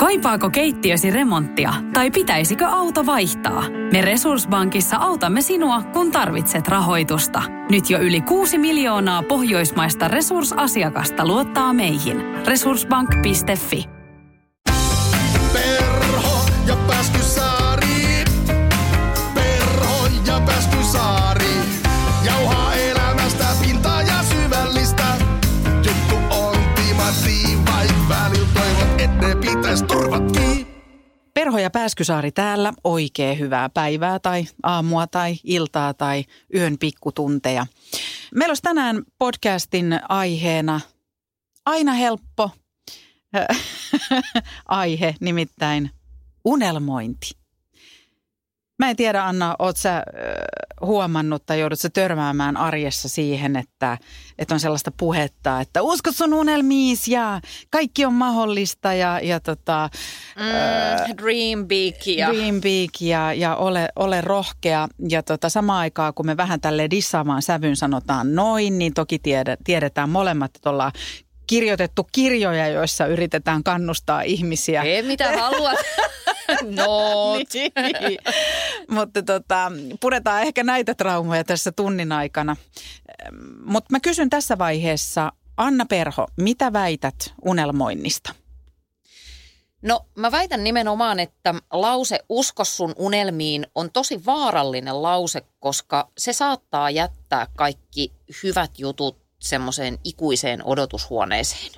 Kaipaako keittiösi remonttia tai pitäisikö auto vaihtaa? Me Resurssbankissa autamme sinua, kun tarvitset rahoitusta. Nyt jo yli 6 miljoonaa pohjoismaista resursasiakasta luottaa meihin. Resurssbank.fi. Perho ja Pääskysaari. Perho ja Pääskysaari. Jauhaa elämästä pintaa ja syvällistä. Juttu on timanttiin, vain välillä toivot, et ne pitäis turvattiin. Perho ja Pääskysaari täällä. Oikein hyvää päivää tai aamua tai iltaa tai yön pikkutunteja. Meillä olisi tänään podcastin aiheena aina helppo aihe, nimittäin unelmointi. Mä en tiedä, Anna, oot sä huomannut tai joudut sä törmäämään arjessa siihen, että on sellaista puhetta, että usko sun unelmiis ja kaikki on mahdollista dream big ja ole rohkea. Ja samaan aikaan, kun me vähän tälleen dissaamaan sävyyn sanotaan noin, niin toki tiedetään molemmat, että ollaan kirjoitettu kirjoja, joissa yritetään kannustaa ihmisiä. Ei mitä haluat. No. Niin. Mutta puretaan ehkä näitä traumoja tässä tunnin aikana. Mutta mä kysyn tässä vaiheessa, Anna Perho, mitä väität unelmoinnista? No mä väitän nimenomaan, että lause usko sun unelmiin on tosi vaarallinen lause, koska se saattaa jättää kaikki hyvät jutut semmoiseen ikuiseen odotushuoneeseen.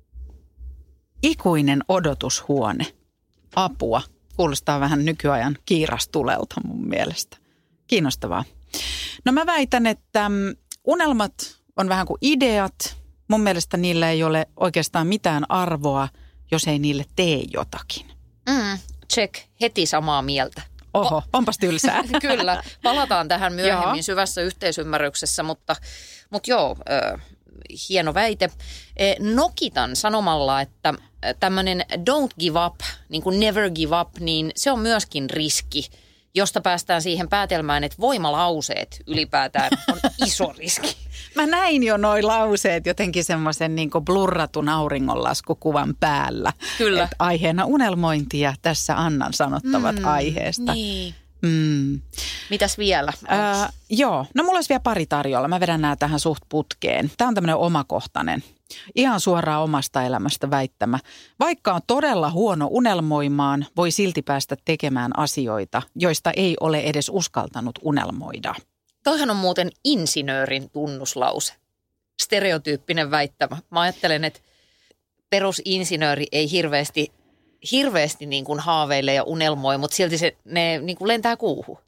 Ikuinen odotushuone. Apua. Kuulostaa vähän nykyajan kiirastulelta mun mielestä. Kiinnostavaa. No mä väitän, että unelmat on vähän kuin ideat. Mun mielestä niillä ei ole oikeastaan mitään arvoa, jos ei niille tee jotakin. Check. Heti samaa mieltä. Oho, onpas tylsää. Kyllä. Palataan tähän myöhemmin syvässä yhteisymmärryksessä, mutta joo, hieno väite. Nokitan sanomalla, että tämmöinen don't give up, niin kuin never give up, niin se on myöskin riski, josta päästään siihen päätelmään, että voimalauseet ylipäätään on iso riski. Mä näin jo noi lauseet jotenkin semmoisen niin kuin blurratun auringonlaskukuvan päällä. Kyllä. Et aiheena unelmointi ja tässä Annan sanottavat aiheesta. Niin. Mitäs vielä? Joo, no mulla olisi vielä pari tarjolla. Mä vedän nämä tähän suht putkeen. Tämä on tämmöinen omakohtainen, ihan suoraan omasta elämästä väittämä. Vaikka on todella huono unelmoimaan, voi silti päästä tekemään asioita, joista ei ole edes uskaltanut unelmoida. Toihan on muuten insinöörin tunnuslause. Stereotyyppinen väittämä. Mä ajattelen, että perusinsinööri ei hirveästi niin kuin haaveile ja unelmoi, mutta silti ne niin kuin lentää kuuhun.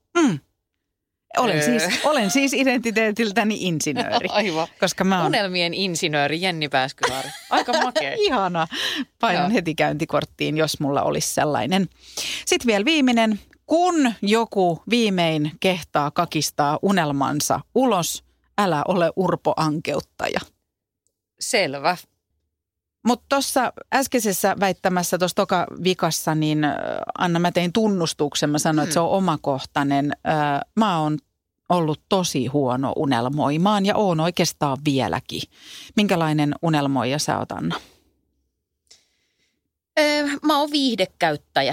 Olen siis identiteetiltäni insinööri. Aivan. Koska mä oon unelmien insinööri Jenni Pääskysaari. Aika makea. Ihana. Painan heti käyntikorttiin, jos mulla olisi sellainen. Sitten vielä viimeinen. Kun joku viimein kehtaa kakistaa unelmansa ulos, älä ole Urpo ankeuttaja. Selvä. Mutta tuossa äskeisessä väittämässä, tuossa toka vikassa, niin Anna, mä tein tunnustuksen. Mä sanoin, että se on omakohtainen. Mä oon ollut tosi huono unelmoimaan ja oon oikeastaan vieläkin. Minkälainen unelmoija sä oot, Anna? Mä oon viihdekäyttäjä.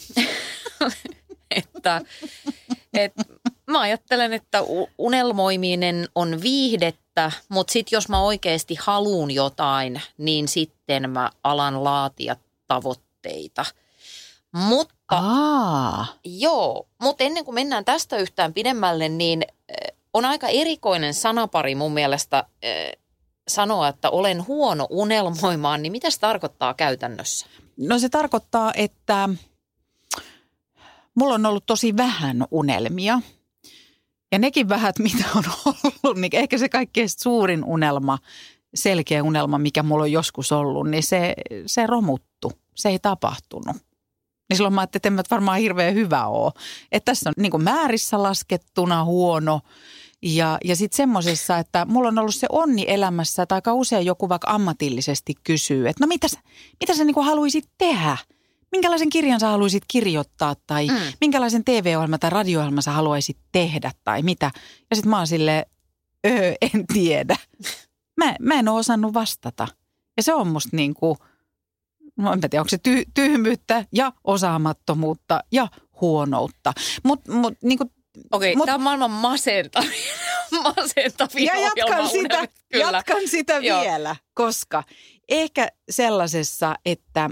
Mä ajattelen, että unelmoiminen on viihdettä, mutta sitten jos mä oikeasti haluun jotain, niin sitten mä alan laatia tavoitteita. Mutta ennen kuin mennään tästä yhtään pidemmälle, niin on aika erikoinen sanapari mun mielestä sanoa, että olen huono unelmoimaan, niin mitä se tarkoittaa käytännössä? No se tarkoittaa, että mulla on ollut tosi vähän unelmia. Ja nekin vähät, mitä on ollut, niin ehkä se kaikkein suurin unelma, selkeä unelma, mikä mulla on joskus ollut, niin se romuttu. Se ei tapahtunut. Niin silloin mä ajattelin, että en mä varmaan hirveän hyvä ole. Että tässä on niin kuin määrissä laskettuna huono. Ja sitten semmoisessa, että mulla on ollut se onni elämässä, että aika usein joku vaikka ammatillisesti kysyy, että no mitä sä niin kuin haluaisit tehdä? Minkälaisen kirjan sä haluaisit kirjoittaa tai minkälaisen TV-ohjelman tai radio-ohjelman sä haluaisit tehdä tai mitä. Ja sitten mä oon silleen, en tiedä. Mä en ole osannut vastata. Ja se on musta niin kuin no en tiedä, onko se tyhmyyttä ja osaamattomuutta ja huonoutta. Niin kuin, okei, tämä on maailman masentavia ja ohjelma. jatkan sitä vielä, koska ehkä sellaisessa, että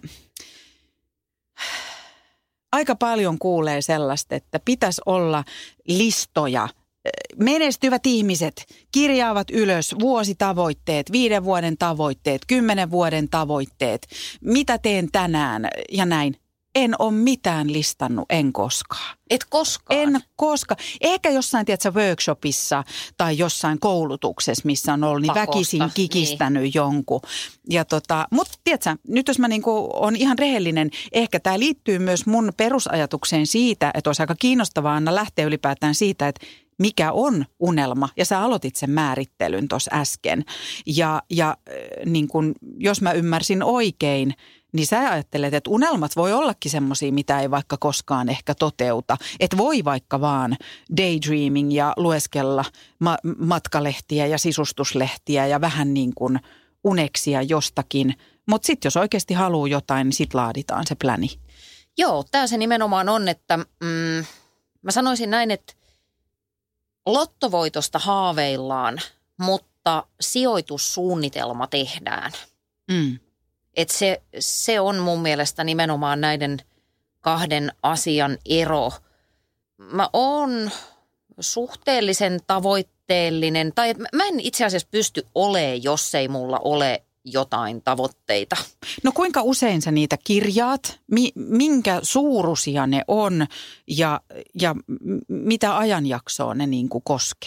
aika paljon kuulee sellaista, että pitäisi olla listoja. Menestyvät ihmiset kirjaavat ylös vuositavoitteet, 5 vuoden tavoitteet, 10 vuoden tavoitteet, mitä teen tänään ja näin. En ole mitään listannut, en koskaan. Et koskaan? En koskaan. Ehkä jossain, tiedätkö, workshopissa tai jossain koulutuksessa, missä on ollut, niin väkisin kikistänyt jonkun. Mutta tiedätkö, nyt jos mä on ihan rehellinen, ehkä tämä liittyy myös mun perusajatukseen siitä, että olisi aika kiinnostavaa Anna lähteä ylipäätään siitä, että mikä on unelma, ja sä aloitit sen määrittelyn tuossa äsken. Ja niin kun, jos mä ymmärsin oikein, niin sä ajattelet, että unelmat voi ollakin semmoisia, mitä ei vaikka koskaan ehkä toteuta. Että voi vaikka vaan daydreaming ja lueskella matkalehtiä ja sisustuslehtiä ja vähän niin kuin uneksia jostakin. Mutta sitten jos oikeasti haluaa jotain, niin sitten laaditaan se pläni. Joo, tämä se nimenomaan on, että mä sanoisin näin, että lottovoitosta haaveillaan, mutta sijoitussuunnitelma tehdään. Että se on mun mielestä nimenomaan näiden kahden asian ero. Mä oon suhteellisen tavoitteellinen, tai mä en itse asiassa pysty olemaan, jos ei mulla ole jotain tavoitteita. No kuinka usein sä niitä kirjaat? Minkä suuruisia ne on ja mitä ajanjaksoa ne niin kuin koskee?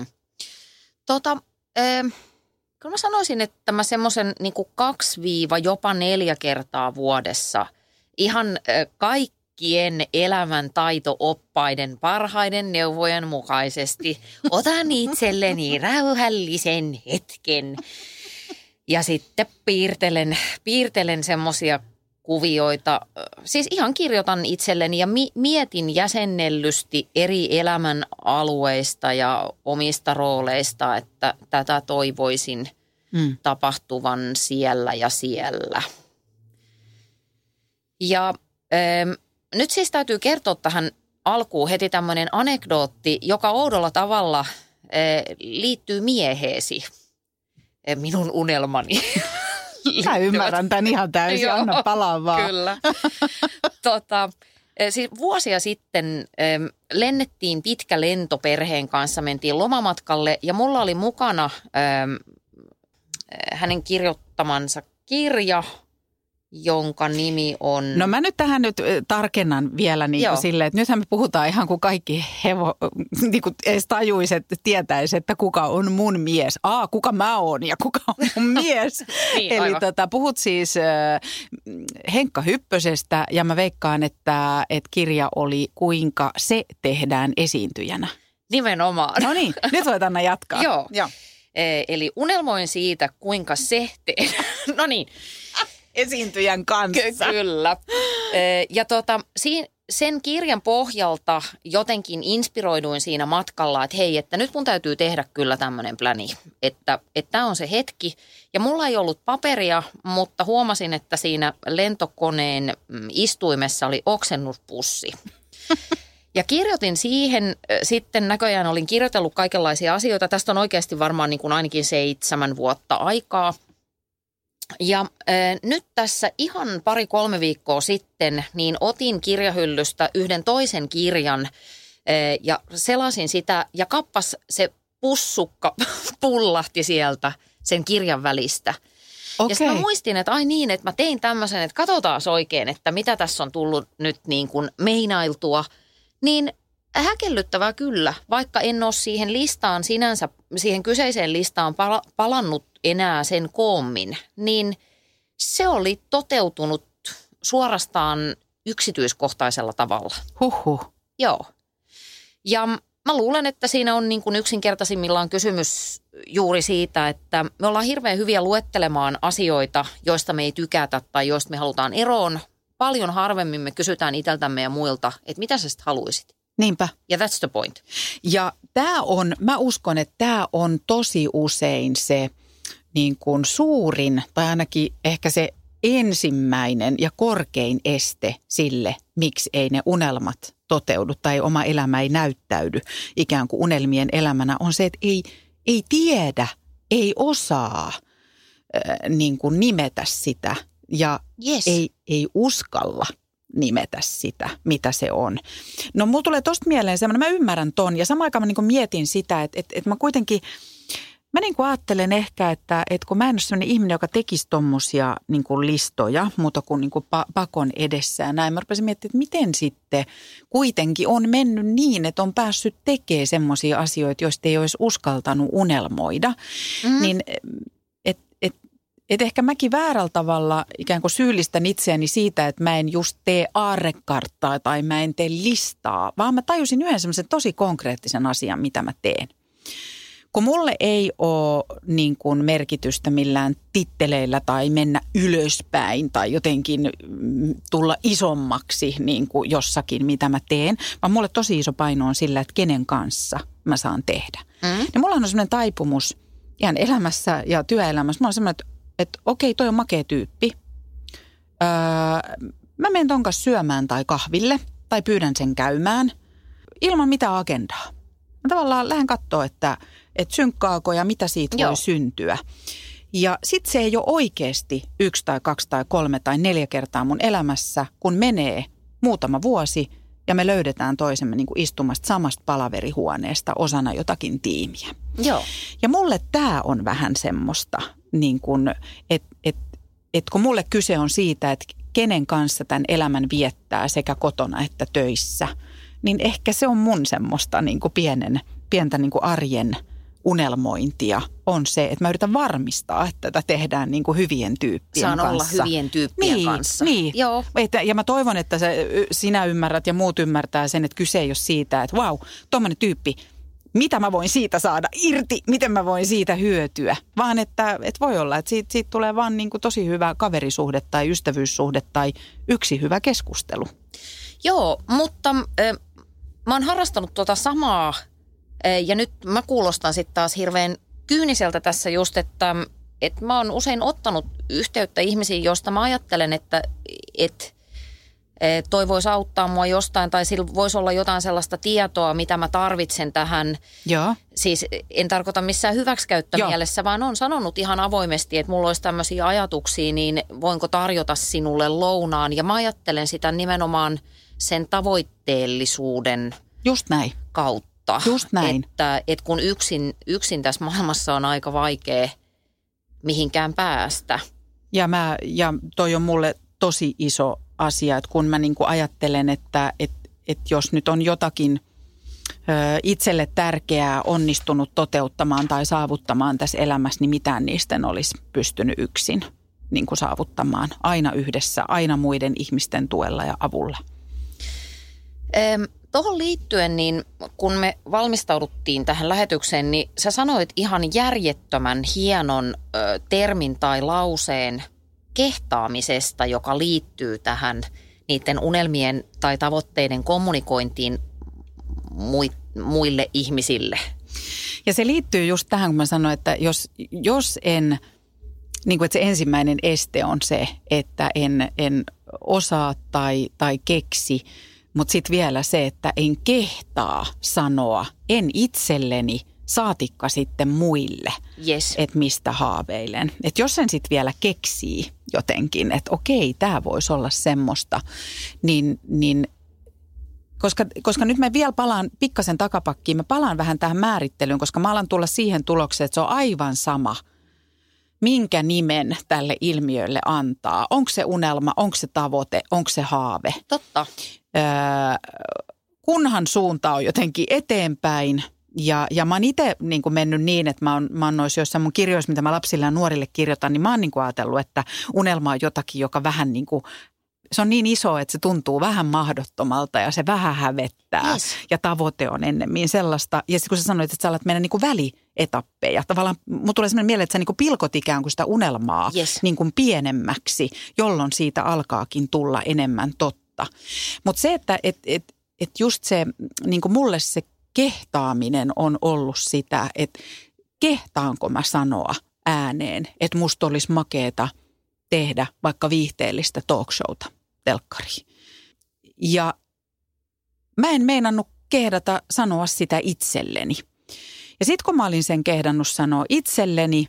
Kyllä mä sanoisin, että mä semmoisen niin kuin 2 jopa 4 kertaa vuodessa ihan kaikkien elämäntaito-oppaiden parhaiden neuvojen mukaisesti otan itselleni rauhallisen hetken. Ja sitten piirtelen semmoisia kuvioita, siis ihan kirjoitan itselleni ja mietin jäsennellysti eri elämän alueista ja omista rooleista, että tätä toivoisin tapahtuvan siellä ja siellä. Ja nyt siis täytyy kertoa tähän alkuun heti tämmöinen anekdootti, joka oudolla tavalla liittyy mieheesi. Minun unelmani. Mä ymmärrän tämän ihan täysin, anna palaa vaan. Kyllä. Siis vuosia sitten lennettiin pitkä lento perheen kanssa, mentiin lomamatkalle ja mulla oli mukana hänen kirjoittamansa kirja, jonka nimi on... No mä nyt tähän tarkennan vielä niin kuin silleen, että nythän me puhutaan ihan kuin kaikki niin kuin edes tajuiset tietäisi, että kuka on mun mies. Kuka mä oon ja kuka on mun mies. Niin, eli puhut siis Henkka Hyppösestä ja mä veikkaan, että kirja oli Kuinka se tehdään esiintyjänä. Nimenomaan. No niin, nyt voit Anna jatkaa. Joo. Eli unelmoin siitä, kuinka se tehdään. No niin. Esiintyjän kanssa. Kyllä. Ja sen kirjan pohjalta jotenkin inspiroiduin siinä matkalla, että hei, että nyt mun täytyy tehdä kyllä tämmöinen pläni, että tämä on se hetki. Ja mulla ei ollut paperia, mutta huomasin, että siinä lentokoneen istuimessa oli oksennuspussi. Ja kirjoitin siihen, sitten näköjään olin kirjoitellut kaikenlaisia asioita. Tästä on oikeasti varmaan niin kuin ainakin 7 vuotta aikaa. Ja nyt tässä ihan 2-3 viikkoa sitten niin otin kirjahyllystä yhden toisen kirjan ja selasin sitä ja kappas se pussukka pullahti sieltä sen kirjan välistä. Okay. Ja sitten mä muistin, että ai niin, että mä tein tämmöisen, että katsotaan oikein, että mitä tässä on tullut nyt niin kuin meinailtua. Niin häkellyttävää kyllä, vaikka en ole siihen listaan sinänsä, siihen kyseiseen listaan palannut enää sen koommin, niin se oli toteutunut suorastaan yksityiskohtaisella tavalla. Huhhuh. Joo. Ja mä luulen, että siinä on niin kuin yksinkertaisimmillaan kysymys juuri siitä, että me ollaan hirveän hyviä luettelemaan asioita, joista me ei tykätä tai joista me halutaan eroon. Paljon harvemmin me kysytään itseltämme ja muilta, että mitä sä sitten haluaisit. Niinpä. Ja that's the point. Ja mä uskon, että tämä on tosi usein se niin kuin suurin, tai ainakin ehkä se ensimmäinen ja korkein este sille, miksi ei ne unelmat toteudu tai oma elämä ei näyttäydy ikään kuin unelmien elämänä, on se, että ei tiedä, ei osaa niin kuin nimetä sitä ja ei uskalla nimetä sitä, mitä se on. No mulla tulee tosta mieleen semmoinen, mä ymmärrän ton ja samaan aikaan mä niin kuin mietin sitä, että mä kuitenkin, mä niin kuin ajattelen ehkä, että kun mä en ole sellainen ihminen, joka tekisi tommosia niin kuin listoja, muuta kuin, niin kuin pakon edessä ja näin. Mä rupesin miettimään, että miten sitten kuitenkin on mennyt niin, että on päässyt tekemään semmoisia asioita, joista ei olisi uskaltanut unelmoida. Niin että ehkä mäkin väärällä tavalla ikään kuin syyllistän itseäni siitä, että mä en just tee aarrekarttaa tai mä en tee listaa, vaan mä tajusin yhden semmoisen tosi konkreettisen asian, mitä mä teen. Kun mulle ei ole niin kuin merkitystä millään titteleillä tai mennä ylöspäin tai jotenkin tulla isommaksi niin kuin jossakin, mitä mä teen, vaan mulle tosi iso paino on sillä, että kenen kanssa mä saan tehdä. Ja mulla on semmoinen taipumus ihan elämässä ja työelämässä. Mulla on semmoinen, että okei, toi on makea tyyppi. Mä menen ton kanssa syömään tai kahville tai pyydän sen käymään ilman mitään agendaa. Mä tavallaan lähden katsoa, että synkkaako ja mitä siitä voi syntyä. Ja sit se ei ole oikeasti 1 tai 2 tai 3 tai 4 kertaa mun elämässä, kun menee muutama vuosi ja me löydetään toisemme niin kuin istumasta samasta palaverihuoneesta osana jotakin tiimiä. Joo. Ja mulle tää on vähän semmoista, niin kuin, että kun mulle kyse on siitä, että kenen kanssa tämän elämän viettää sekä kotona että töissä, niin ehkä se on mun semmoista niin kuin pientä niin kuin arjen unelmointia on se, että mä yritän varmistaa, että tätä tehdään niin kuin hyvien tyyppien kanssa. Saan olla hyvien tyyppien kanssa. Niin. Joo. Ja mä toivon, että sinä ymmärrät ja muut ymmärtää sen, että kyse ei ole siitä, että vau, tommoinen tyyppi, mitä mä voin siitä saada irti, miten mä voin siitä hyötyä. Vaan että voi olla, että siitä tulee vaan niin kuin tosi hyvä kaverisuhde tai ystävyyssuhde tai yksi hyvä keskustelu. Joo, mutta mä oon harrastanut tuota samaa ja nyt mä kuulostan sitten taas hirveän kyyniseltä tässä just, että mä oon usein ottanut yhteyttä ihmisiin, joista mä ajattelen, että toi voisi auttaa mua jostain tai sillä voisi olla jotain sellaista tietoa, mitä mä tarvitsen tähän. Joo. Siis en tarkoita missään hyväksikäyttömielessä, vaan on sanonut ihan avoimesti, että mulla olisi tämmöisiä ajatuksia, niin voinko tarjota sinulle lounaan. Ja mä ajattelen sitä nimenomaan sen tavoitteellisuuden just näin kautta. Just näin. Että kun yksin tässä maailmassa on aika vaikea mihinkään päästä. Ja toi on mulle tosi iso asia, että kun mä niin kuin ajattelen, että jos nyt on jotakin itselle tärkeää onnistunut toteuttamaan tai saavuttamaan tässä elämässä, niin mitään niistä en olisi pystynyt yksin niin kuin saavuttamaan. Aina yhdessä, aina muiden ihmisten tuella ja avulla. Tuohon liittyen, niin kun me valmistauduttiin tähän lähetykseen, niin sä sanoit ihan järjettömän hienon termin tai lauseen kehtaamisesta, joka liittyy tähän niiden unelmien tai tavoitteiden kommunikointiin muille ihmisille. Ja se liittyy just tähän, kun mä sanoin, että jos en, niin kuin että se ensimmäinen este on se, että en osaa tai keksi, mutta sitten vielä se, että en kehtaa sanoa, en itselleni, saatikka sitten muille, että mistä haaveilen. Että jos sen sitten vielä keksii jotenkin, että okei, tämä voisi olla semmoista, niin koska nyt mä vielä palaan pikkasen takapakkiin, mä palaan vähän tähän määrittelyyn, koska mä alan tulla siihen tulokseen, että se on aivan sama, minkä nimen tälle ilmiölle antaa. Onko se unelma, onko se tavoite, onko se haave? Totta. Kunhan suunta on jotenkin eteenpäin. Ja mä oon itse niin kuin mennyt niin, että mä oon noissa joissain mun kirjoissa, mitä mä lapsille ja nuorille kirjoitan, niin mä oon niin kuin ajatellut, että unelma on jotakin, joka vähän niin kuin, se on niin iso, että se tuntuu vähän mahdottomalta ja se vähän hävettää. Yes. Ja tavoite on ennemmin sellaista. Ja sitten kun sä sanoit, että sä alat mennä niin kuin välietappeja. Tavallaan mun tulee sellainen mieleen, että sä niin kuin pilkot ikään kuin sitä unelmaa niin kuin pienemmäksi, jolloin siitä alkaakin tulla enemmän totta. Mutta se, että just se, niin kuin mulle se kehtaaminen on ollut sitä, että kehtaanko mä sanoa ääneen, että musta olisi makeeta tehdä vaikka viihteellistä talkshowta telkkariin. Ja mä en meinannut kehdata sanoa sitä itselleni. Ja sitten kun mä olin sen kehdannut sanoa itselleni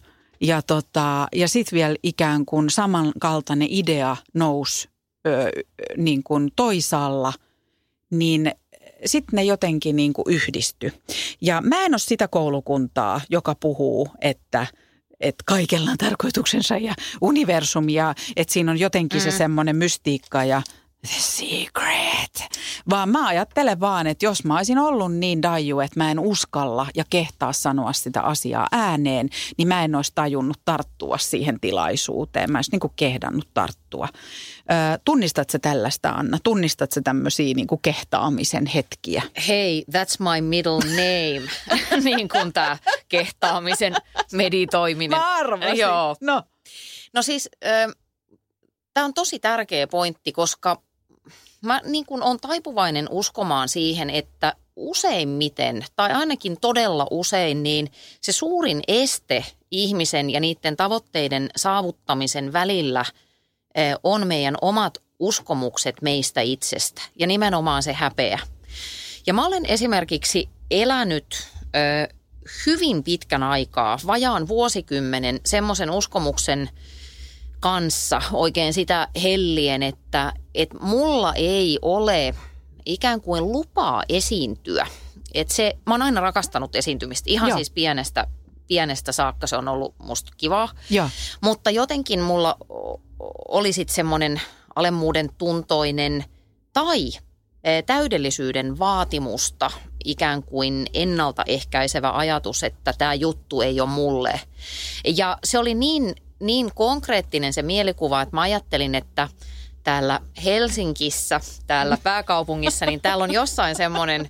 ja sitten vielä ikään kuin samankaltainen idea nousi niin kuin toisaalla, niin sitten ne jotenkin niin kuin yhdisty. Ja mä en ole sitä koulukuntaa, joka puhuu, että kaikella on tarkoituksensa ja universumia, että siinä on jotenkin se semmoinen mystiikka ja the secret. Vaan mä ajattelen vaan, että jos mä olisin ollut niin daiju, että mä en uskalla ja kehtaa sanoa sitä asiaa ääneen, niin mä en olisi tajunnut tarttua siihen tilaisuuteen. Mä olisin niin kuin kehdannut tarttua. Tunnistat sä tällaista, Anna? Tunnistat sä tämmöisiä niin kuin kehtaamisen hetkiä? Hei, that's my middle name. Niin kuin tämä kehtaamisen meditoiminen. Mä arvasin. Joo. No siis tämä on tosi tärkeä pointti, koska mä niin kuin olen taipuvainen uskomaan siihen, että useimmiten, tai ainakin todella usein, niin se suurin este ihmisen ja niiden tavoitteiden saavuttamisen välillä on meidän omat uskomukset meistä itsestä ja nimenomaan se häpeä. Ja mä olen esimerkiksi elänyt hyvin pitkän aikaa, vajaan vuosikymmenen, semmoisen uskomuksen kanssa oikein sitä hellien, että mulla ei ole ikään kuin lupaa esiintyä. Mä oon aina rakastanut esiintymistä, ihan siis pienestä saakka se on ollut musta kivaa. Ja. Mutta jotenkin mulla oli sitten semmoinen alemmuuden tuntoinen tai täydellisyyden vaatimusta, ikään kuin ennaltaehkäisevä ajatus, että tämä juttu ei ole mulle. Ja se oli niin konkreettinen se mielikuva, että mä ajattelin, että täällä Helsingissä, täällä pääkaupungissa, niin täällä on jossain semmoinen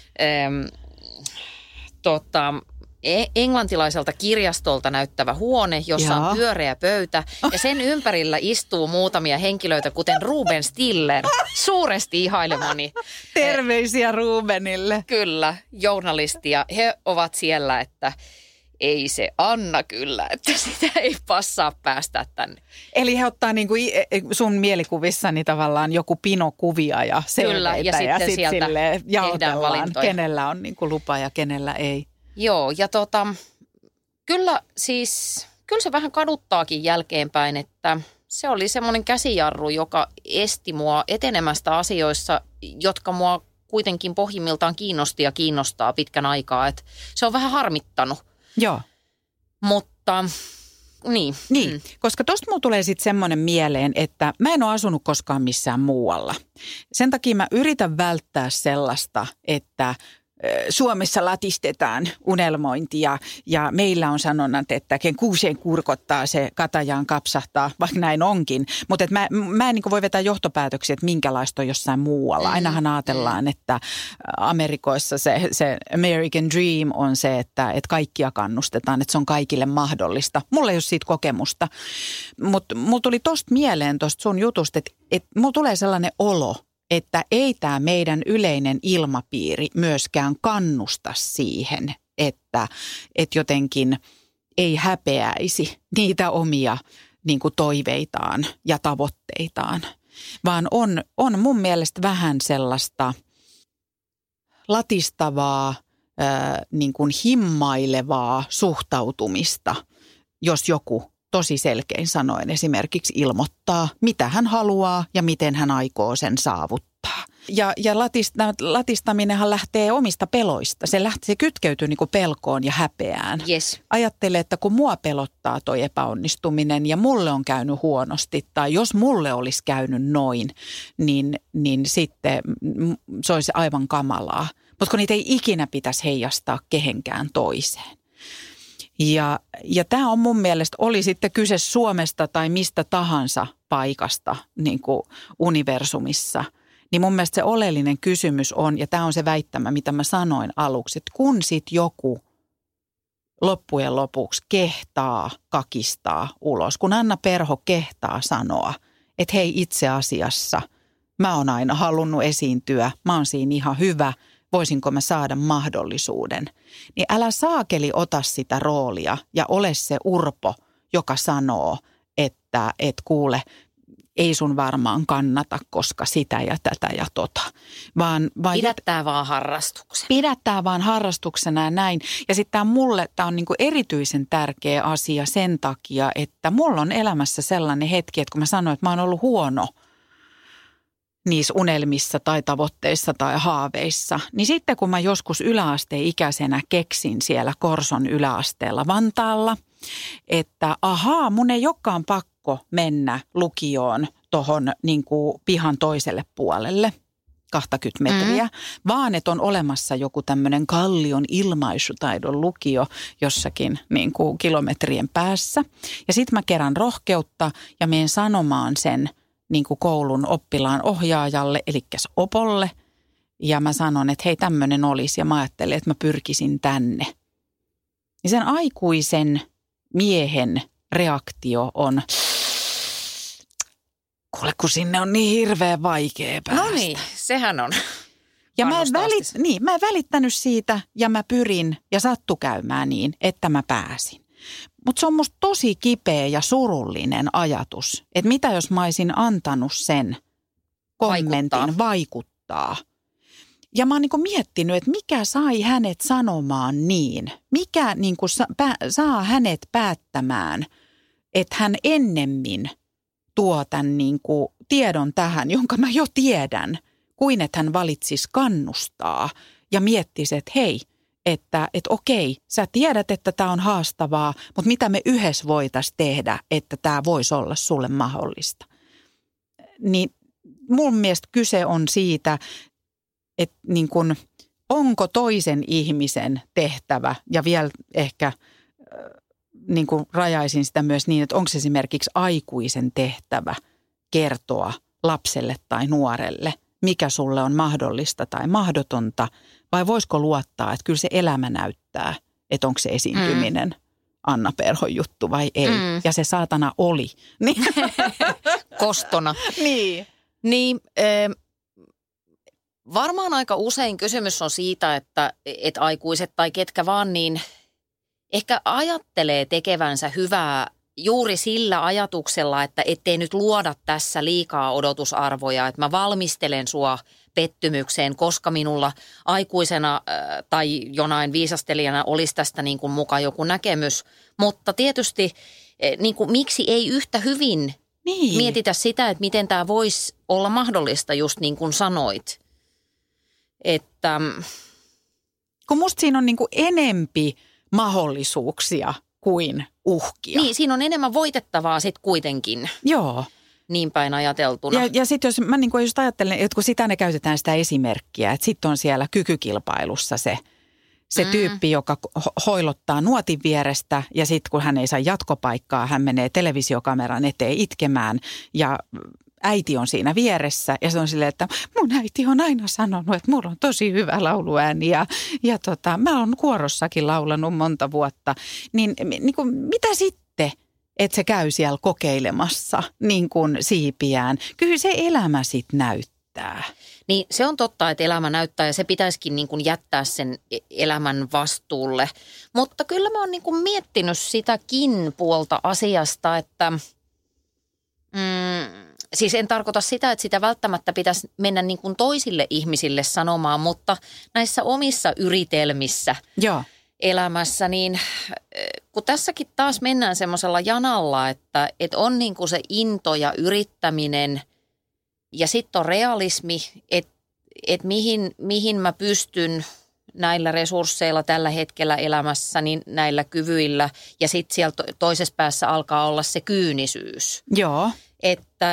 englantilaiselta kirjastolta näyttävä huone, jossa on pyöreä pöytä ja sen ympärillä istuu muutamia henkilöitä, kuten Ruben Stiller, suuresti ihailemani. Terveisiä Rubenille. Kyllä, journalistia. He ovat siellä, että ei se Anna kyllä, että sitä ei passaa päästä tänne. Eli he ottaa niin kuin sun mielikuvissani tavallaan joku pinokuvia ja selveitä ja sitten sieltä tehdään valintoja. Kenellä on niin kuin lupa ja kenellä ei. Joo, ja kyllä se vähän kaduttaakin jälkeenpäin, että se oli semmoinen käsijarru, joka esti mua etenemästä asioissa, jotka mua kuitenkin pohjimmiltaan kiinnosti ja kiinnostaa pitkän aikaa. Että se on vähän harmittanut. Joo. Mutta niin. Koska tosta mulla tulee sitten semmoinen mieleen, että mä en ole asunut koskaan missään muualla. Sen takia mä yritän välttää sellaista, että Suomessa latistetaan unelmointia ja meillä on sanonnat, että ken kuuseen kurkottaa, se katajaan kapsahtaa, vaikka näin onkin. Mutta mä en niin voi vetää johtopäätöksiä, että minkälaista on jossain muualla. Ainahan ajatellaan, että Amerikoissa se American Dream on se, että kaikkia kannustetaan, että se on kaikille mahdollista. Mulla ei ole siitä kokemusta, mutta mulla tuli tosta mieleen tosta sun jutusta, että mulla tulee sellainen olo, että ei tämä meidän yleinen ilmapiiri myöskään kannusta siihen, että jotenkin ei häpeäisi niitä omia niin kuin toiveitaan ja tavoitteitaan, vaan on mun mielestä vähän sellaista latistavaa, niin kuin himmailevaa suhtautumista, jos joku tosi selkein sanoen esimerkiksi ilmoittaa, mitä hän haluaa ja miten hän aikoo sen saavuttaa. Ja latistaminenhan lähtee omista peloista. Se kytkeytyy niin kuin pelkoon ja häpeään. Yes. Ajattele, että kun mua pelottaa toi epäonnistuminen ja mulle on käynyt huonosti tai jos mulle olisi käynyt noin, niin sitten se olisi aivan kamalaa. Mutta kun niitä ei ikinä pitäisi heijastaa kehenkään toiseen. Ja tämä on mun mielestä, oli sitten kyse Suomesta tai mistä tahansa paikasta niin kuin universumissa, niin mun mielestä se oleellinen kysymys on, ja tämä on se väittämä, mitä mä sanoin aluksi, että kun sitten joku loppujen lopuksi kehtaa kakistaa ulos, kun Anna Perho kehtaa sanoa, että hei itse asiassa mä oon aina halunnut esiintyä, mä oon siinä ihan hyvä, voisinko mä saada mahdollisuuden, niin älä saakeli ota sitä roolia ja ole se urpo, joka sanoo, että et kuule, ei sun varmaan kannata, koska sitä ja tätä ja tota. Pidättää vaan harrastuksen. Pidättää vaan harrastuksena ja näin. Ja sitten mulle tämä on niinku erityisen tärkeä asia sen takia, että mulla on elämässä sellainen hetki, että kun mä sanoin, että mä oon ollut huono niissä unelmissa tai tavoitteissa tai haaveissa, niin sitten kun mä joskus yläasteikäisenä keksin siellä Korson yläasteella Vantaalla, että mun ei olekaan pakko mennä lukioon tuohon niin kuin pihan toiselle puolelle 20 metriä, vaan että on olemassa joku tämmöinen Kallion ilmaisutaidon lukio jossakin niin kuin kilometrien päässä. Ja sitten mä kerään rohkeutta ja menen sanomaan sen niin kuin koulun oppilaan ohjaajalle, eli opolle. Ja mä sanon, että hei, tämmöinen olisi ja mä ajattelin, että mä pyrkisin tänne. Ja sen aikuisen miehen reaktio on, kuule kun sinne on niin hirveän vaikea päästä. No niin, sehän on. Ja mä en välittänyt siitä ja mä pyrin ja sattu käymään niin, että mä pääsin. Mutta se on musta tosi kipeä ja surullinen ajatus, että mitä jos mä olisin antanut sen kommentin vaikuttaa. Ja mä oon niinku miettinyt, että mikä sai hänet sanomaan niin, mikä niinku saa hänet päättämään, että hän ennemmin tuo tämän niinku tiedon tähän, jonka mä jo tiedän, kuin että hän valitsisi kannustaa ja miettisi, että hei, että okei, sä tiedät, että tämä on haastavaa, mutta mitä me yhdessä voitaisiin tehdä, että tämä voisi olla sulle mahdollista. Niin mun mielestä kyse on siitä, että niin kun, onko toisen ihmisen tehtävä, ja vielä ehkä niin kun rajaisin sitä myös niin, että onko se esimerkiksi aikuisen tehtävä kertoa lapselle tai nuorelle, mikä sulle on mahdollista tai mahdotonta, vai voisiko luottaa, että kyllä se elämä näyttää, että onko se esiintyminen Anna Perhon juttu vai ei. Ja se saatana oli. Kostona. Niin, varmaan aika usein kysymys on siitä, että aikuiset tai ketkä vaan niin ehkä ajattelee tekevänsä hyvää juuri sillä ajatuksella, että ettei nyt luoda tässä liikaa odotusarvoja, että mä valmistelen sua pettymykseen, koska minulla aikuisena tai jonain viisastelijana olisi tästä niin kuin mukaan joku näkemys. Mutta tietysti niin kuin, miksi ei yhtä hyvin mietitä sitä, että miten tämä voisi olla mahdollista, just niin kuin sanoit. Että kun musta siinä on niin kuin enempi mahdollisuuksia kuin uhkia. Niin, siinä on enemmän voitettavaa sitten kuitenkin. Joo. Niin päin ajateltuna. Ja sitten jos mä niin kuin just ajattelen, että kun sitä ne käytetään sitä esimerkkiä, että sitten on siellä kykykilpailussa se tyyppi, joka hoilottaa nuotin vierestä ja sitten kun hän ei saa jatkopaikkaa, hän menee televisiokameran eteen itkemään ja äiti on siinä vieressä ja se on silleen, että mun äiti on aina sanonut, että mulla on tosi hyvä lauluääni ja mä oon kuorossakin laulanut monta vuotta. Niin kuin, mitä sitten, että se käy siellä kokeilemassa niin kuin siipiään? Kyllä se elämä sitten näyttää. Niin se on totta, että elämä näyttää ja se pitäisikin niin kuin jättää sen elämän vastuulle. Mutta kyllä mä oon niin kuin miettinyt sitäkin puolta asiasta, että siis en tarkoita sitä, että sitä välttämättä pitäisi mennä niin kuin toisille ihmisille sanomaan, mutta näissä omissa yritelmissä elämässä, niin kun tässäkin taas mennään semmoisella janalla, että on niin kuin se into ja yrittäminen ja sitten on realismi, että mihin mä pystyn näillä resursseilla tällä hetkellä elämässäni, näillä kyvyillä ja sitten siellä toisessa päässä alkaa olla se kyynisyys. Joo. Että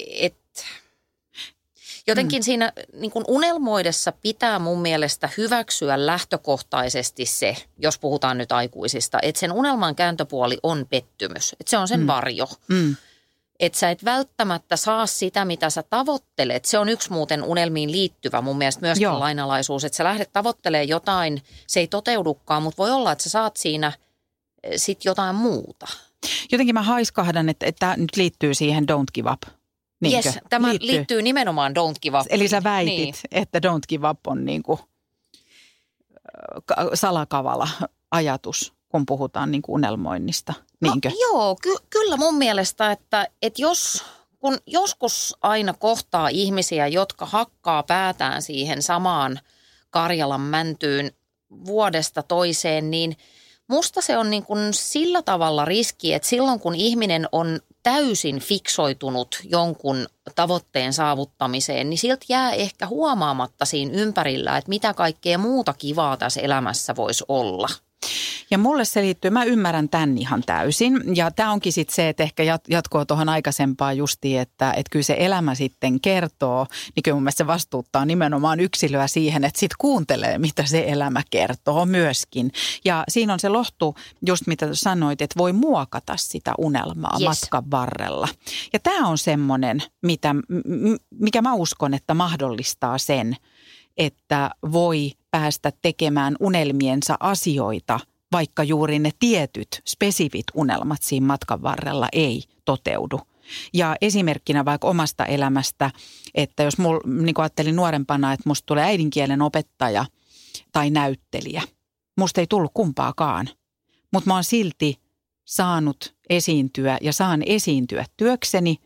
jotenkin siinä niin kuin unelmoidessa pitää mun mielestä hyväksyä lähtökohtaisesti se, jos puhutaan nyt aikuisista, että sen unelman kääntöpuoli on pettymys. Että se on sen varjo. Että sä et välttämättä saa sitä, mitä sä tavoittelet. Se on yksi muuten unelmiin liittyvä mun mielestä myöskin lainalaisuus. Että sä lähdet tavoittelemaan jotain, se ei toteudukaan, mutta voi olla, että sä saat siinä sit jotain muuta. Jotenkin mä haiskahdan, että tämä nyt liittyy siihen Don't Give Up. Niinkö? Yes, tämä liittyy nimenomaan Don't Give Up. Eli sä väitit, että Don't Give Up on niinku salakavala ajatus. kun puhutaan niin kuin unelmoinnista, niinkö? No, joo, kyllä mun mielestä, että kun joskus aina kohtaa ihmisiä, jotka hakkaa päätään siihen samaan Karjalan mäntyyn vuodesta toiseen, niin musta se on niin kuin sillä tavalla riski, että silloin kun ihminen on täysin fiksoitunut jonkun tavoitteen saavuttamiseen, niin siltä jää ehkä huomaamatta siinä ympärillä, että mitä kaikkea muuta kivaa tässä elämässä voisi olla. Ja mulle se liittyy, mä ymmärrän tämän ihan täysin. Ja tämä onkin sitten se, että ehkä jatkoo tuohon aikaisempaan justiin, että kyllä se elämä sitten kertoo, niin kyllä mun mielestä se vastuuttaa nimenomaan yksilöä siihen, että sitten kuuntelee, mitä se elämä kertoo myöskin. Ja siinä on se lohtu, just mitä sanoit, että voi muokata sitä unelmaa matkan varrella. Ja tämä on semmoinen, mikä mä uskon, että mahdollistaa sen, että voi päästä tekemään unelmiensa asioita, vaikka juuri ne tietyt spesifit unelmat siinä matkan varrella ei toteudu. Ja esimerkkinä vaikka omasta elämästä, että jos niin kuin ajattelin nuorempana, että musta tulee äidinkielen opettaja tai näyttelijä. Musta ei tullut kumpaakaan, mutta mä oon silti saanut esiintyä ja saan esiintyä työkseni,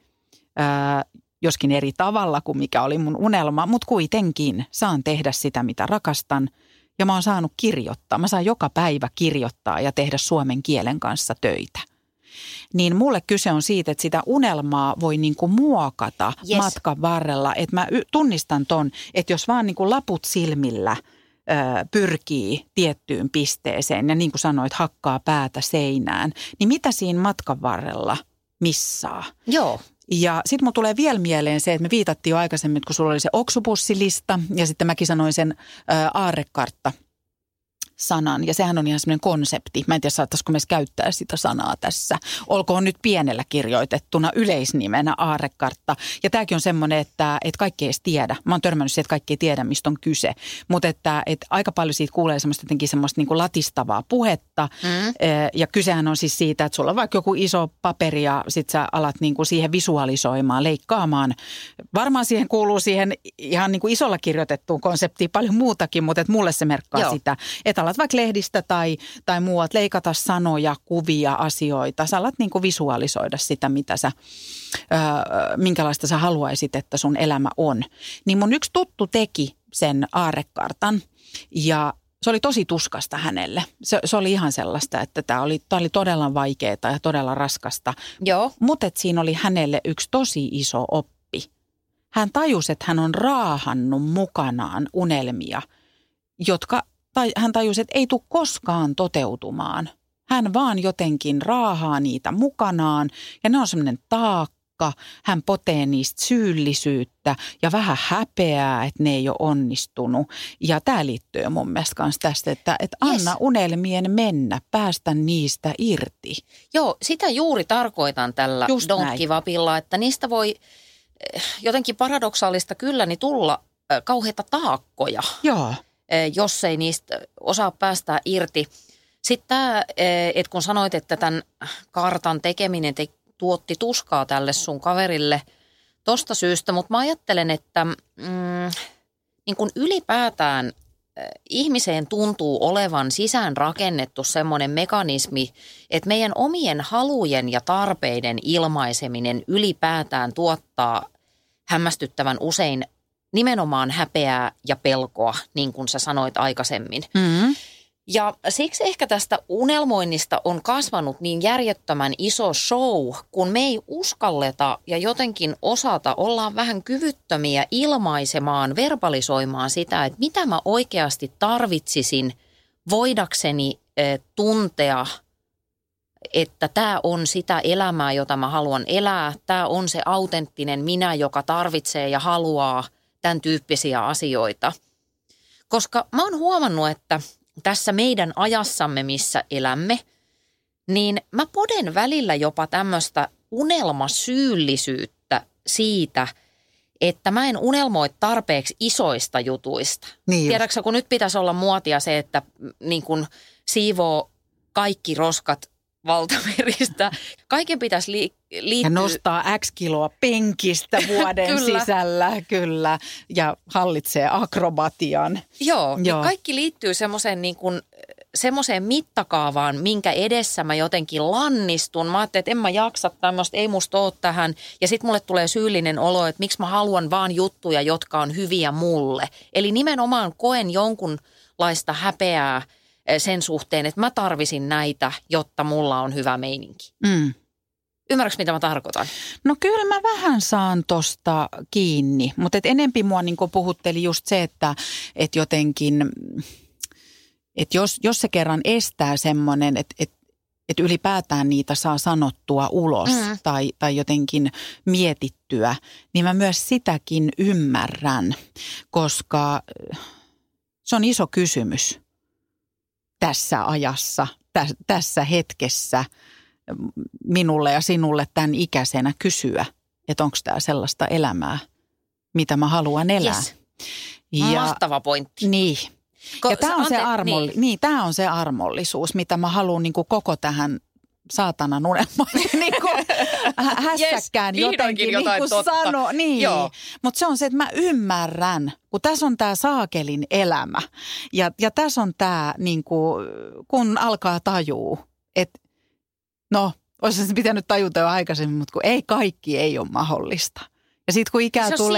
joskin eri tavalla kuin mikä oli mun unelma, mutta kuitenkin saan tehdä sitä, mitä rakastan. Ja mä oon saanut kirjoittaa. Mä saan joka päivä kirjoittaa ja tehdä suomen kielen kanssa töitä. Niin mulle kyse on siitä, että sitä unelmaa voi niinku muokata matkan varrella. Että mä tunnistan ton, että jos vaan niinku laput silmillä pyrkii tiettyyn pisteeseen ja niin kuin sanoit, hakkaa päätä seinään, niin mitä siinä matkan varrella missaa? Joo. Ja sitten mun tulee vielä mieleen se, että me viitattiin jo aikaisemmin, kun sulla oli se oksupussilista ja sitten mäkin sanoin sen aarrekartta sanan. Ja sehän on ihan semmoinen konsepti. Mä en tiedä, saattaisiko me käyttää sitä sanaa tässä. Olkoon nyt pienellä kirjoitettuna yleisnimenä aarrekartta. Ja tämäkin on semmoinen, että kaikki ei edes tiedä. Mä oon törmännyt siihen, että kaikki ei tiedä, mistä on kyse. Mutta että aika paljon siitä kuulee semmoista jotenkin semmoista niin kuin latistavaa puhetta. Ja kysehän on siis siitä, että sulla on vaikka joku iso paperi ja sit sä alat niin kuin siihen visualisoimaan, leikkaamaan. Varmaan siihen kuuluu siihen ihan niin kuin isolla kirjoitettuun konseptiin paljon muutakin, mutta että mulle se merkkaa sitä, että alat vaikka lehdistä tai muuat leikata sanoja, kuvia, asioita. Sä alat niin kuin visualisoida sitä, mitä minkälaista sä haluaisit, että sun elämä on. Niin mun yksi tuttu teki sen aarrekartan ja se oli tosi tuskasta hänelle. Se oli ihan sellaista, että tämä oli todella vaikeaa ja todella raskasta. Joo. Mutta siinä oli hänelle yksi tosi iso oppi. Hän tajusi, että hän on raahannut mukanaan unelmia, hän tajusi, että ei tule koskaan toteutumaan. Hän vaan jotenkin raahaa niitä mukanaan ja ne on semmoinen taakka. Hän potee niistä syyllisyyttä ja vähän häpeää, että ne ei ole onnistunut. Ja tämä liittyy mun mielestä myös tästä, että anna unelmien mennä, päästä niistä irti. Joo, sitä juuri tarkoitan tällä Don't Give Upilla, että niistä voi jotenkin paradoksaalista kyllä niin tulla kauheita taakkoja. Joo. Jos ei niistä osaa päästää irti. Sitten tämä, että kun sanoit, että tämän kartan tekeminen tuotti tuskaa tälle sun kaverille tosta syystä, mutta mä ajattelen, että niin kun ylipäätään ihmiseen tuntuu olevan sisään rakennettu semmoinen mekanismi, että meidän omien halujen ja tarpeiden ilmaiseminen ylipäätään tuottaa hämmästyttävän usein nimenomaan häpeää ja pelkoa, niin kuin sä sanoit aikaisemmin. Mm-hmm. Ja siksi ehkä tästä unelmoinnista on kasvanut niin järjettömän iso show, kun me ei uskalleta ja jotenkin osata, ollaan vähän kyvyttömiä ilmaisemaan, verbalisoimaan sitä, että mitä mä oikeasti tarvitsisin voidakseni tuntea, että tämä on sitä elämää, jota mä haluan elää. Tämä on se autenttinen minä, joka tarvitsee ja haluaa tämän tyyppisiä asioita. Koska mä oon huomannut, että tässä meidän ajassamme, missä elämme, niin mä poden välillä jopa tämmöistä unelmasyyllisyyttä siitä, että mä en unelmoi tarpeeksi isoista jutuista. Niin tiedätkö, kun nyt pitäisi olla muotia se, että niin kun siivoo kaikki roskat valtameristä. Kaiken pitäisi liittyä. Ja nostaa X kiloa penkistä vuoden sisällä, kyllä. Ja hallitsee akrobatian. Joo. Ja kaikki liittyy semmoiseen niin kuin semmoiseen mittakaavaan, minkä edessä mä jotenkin lannistun. Mä ajattelin, että en mä jaksa tämmöistä, ei musta ole tähän. Ja sitten mulle tulee syyllinen olo, että miksi mä haluan vaan juttuja, jotka on hyviä mulle. Eli nimenomaan koen jonkunlaista häpeää sen suhteen, että mä tarvisin näitä, jotta mulla on hyvä meininki. Ymmärrätkö, mitä mä tarkoitan? No kyllä mä vähän saan tosta kiinni, mutta enempi mua niin puhutteli just se, että jotenkin, että jos se kerran estää semmoinen, että ylipäätään niitä saa sanottua ulos tai jotenkin mietittyä, niin mä myös sitäkin ymmärrän, koska se on iso kysymys tässä ajassa, tässä hetkessä minulle ja sinulle tämän ikäisenä kysyä, että onko tämä sellaista elämää, mitä mä haluan elää. Yes. Mahtava pointti. Niin. Ja tämä on se armollisuus, mitä mä haluan niin kuin koko tähän saatanan unelmaan niin hässäkkään jotenkin niin sanoa. Niin. Mutta se on se, että mä ymmärrän, kun tässä on tämä saakelin elämä ja tässä on tämä, niin kuin, kun alkaa tajua, että no, olisi se pitänyt tajuta jo aikaisemmin, mutta kun kaikki ei ole mahdollista. Ja sitten kun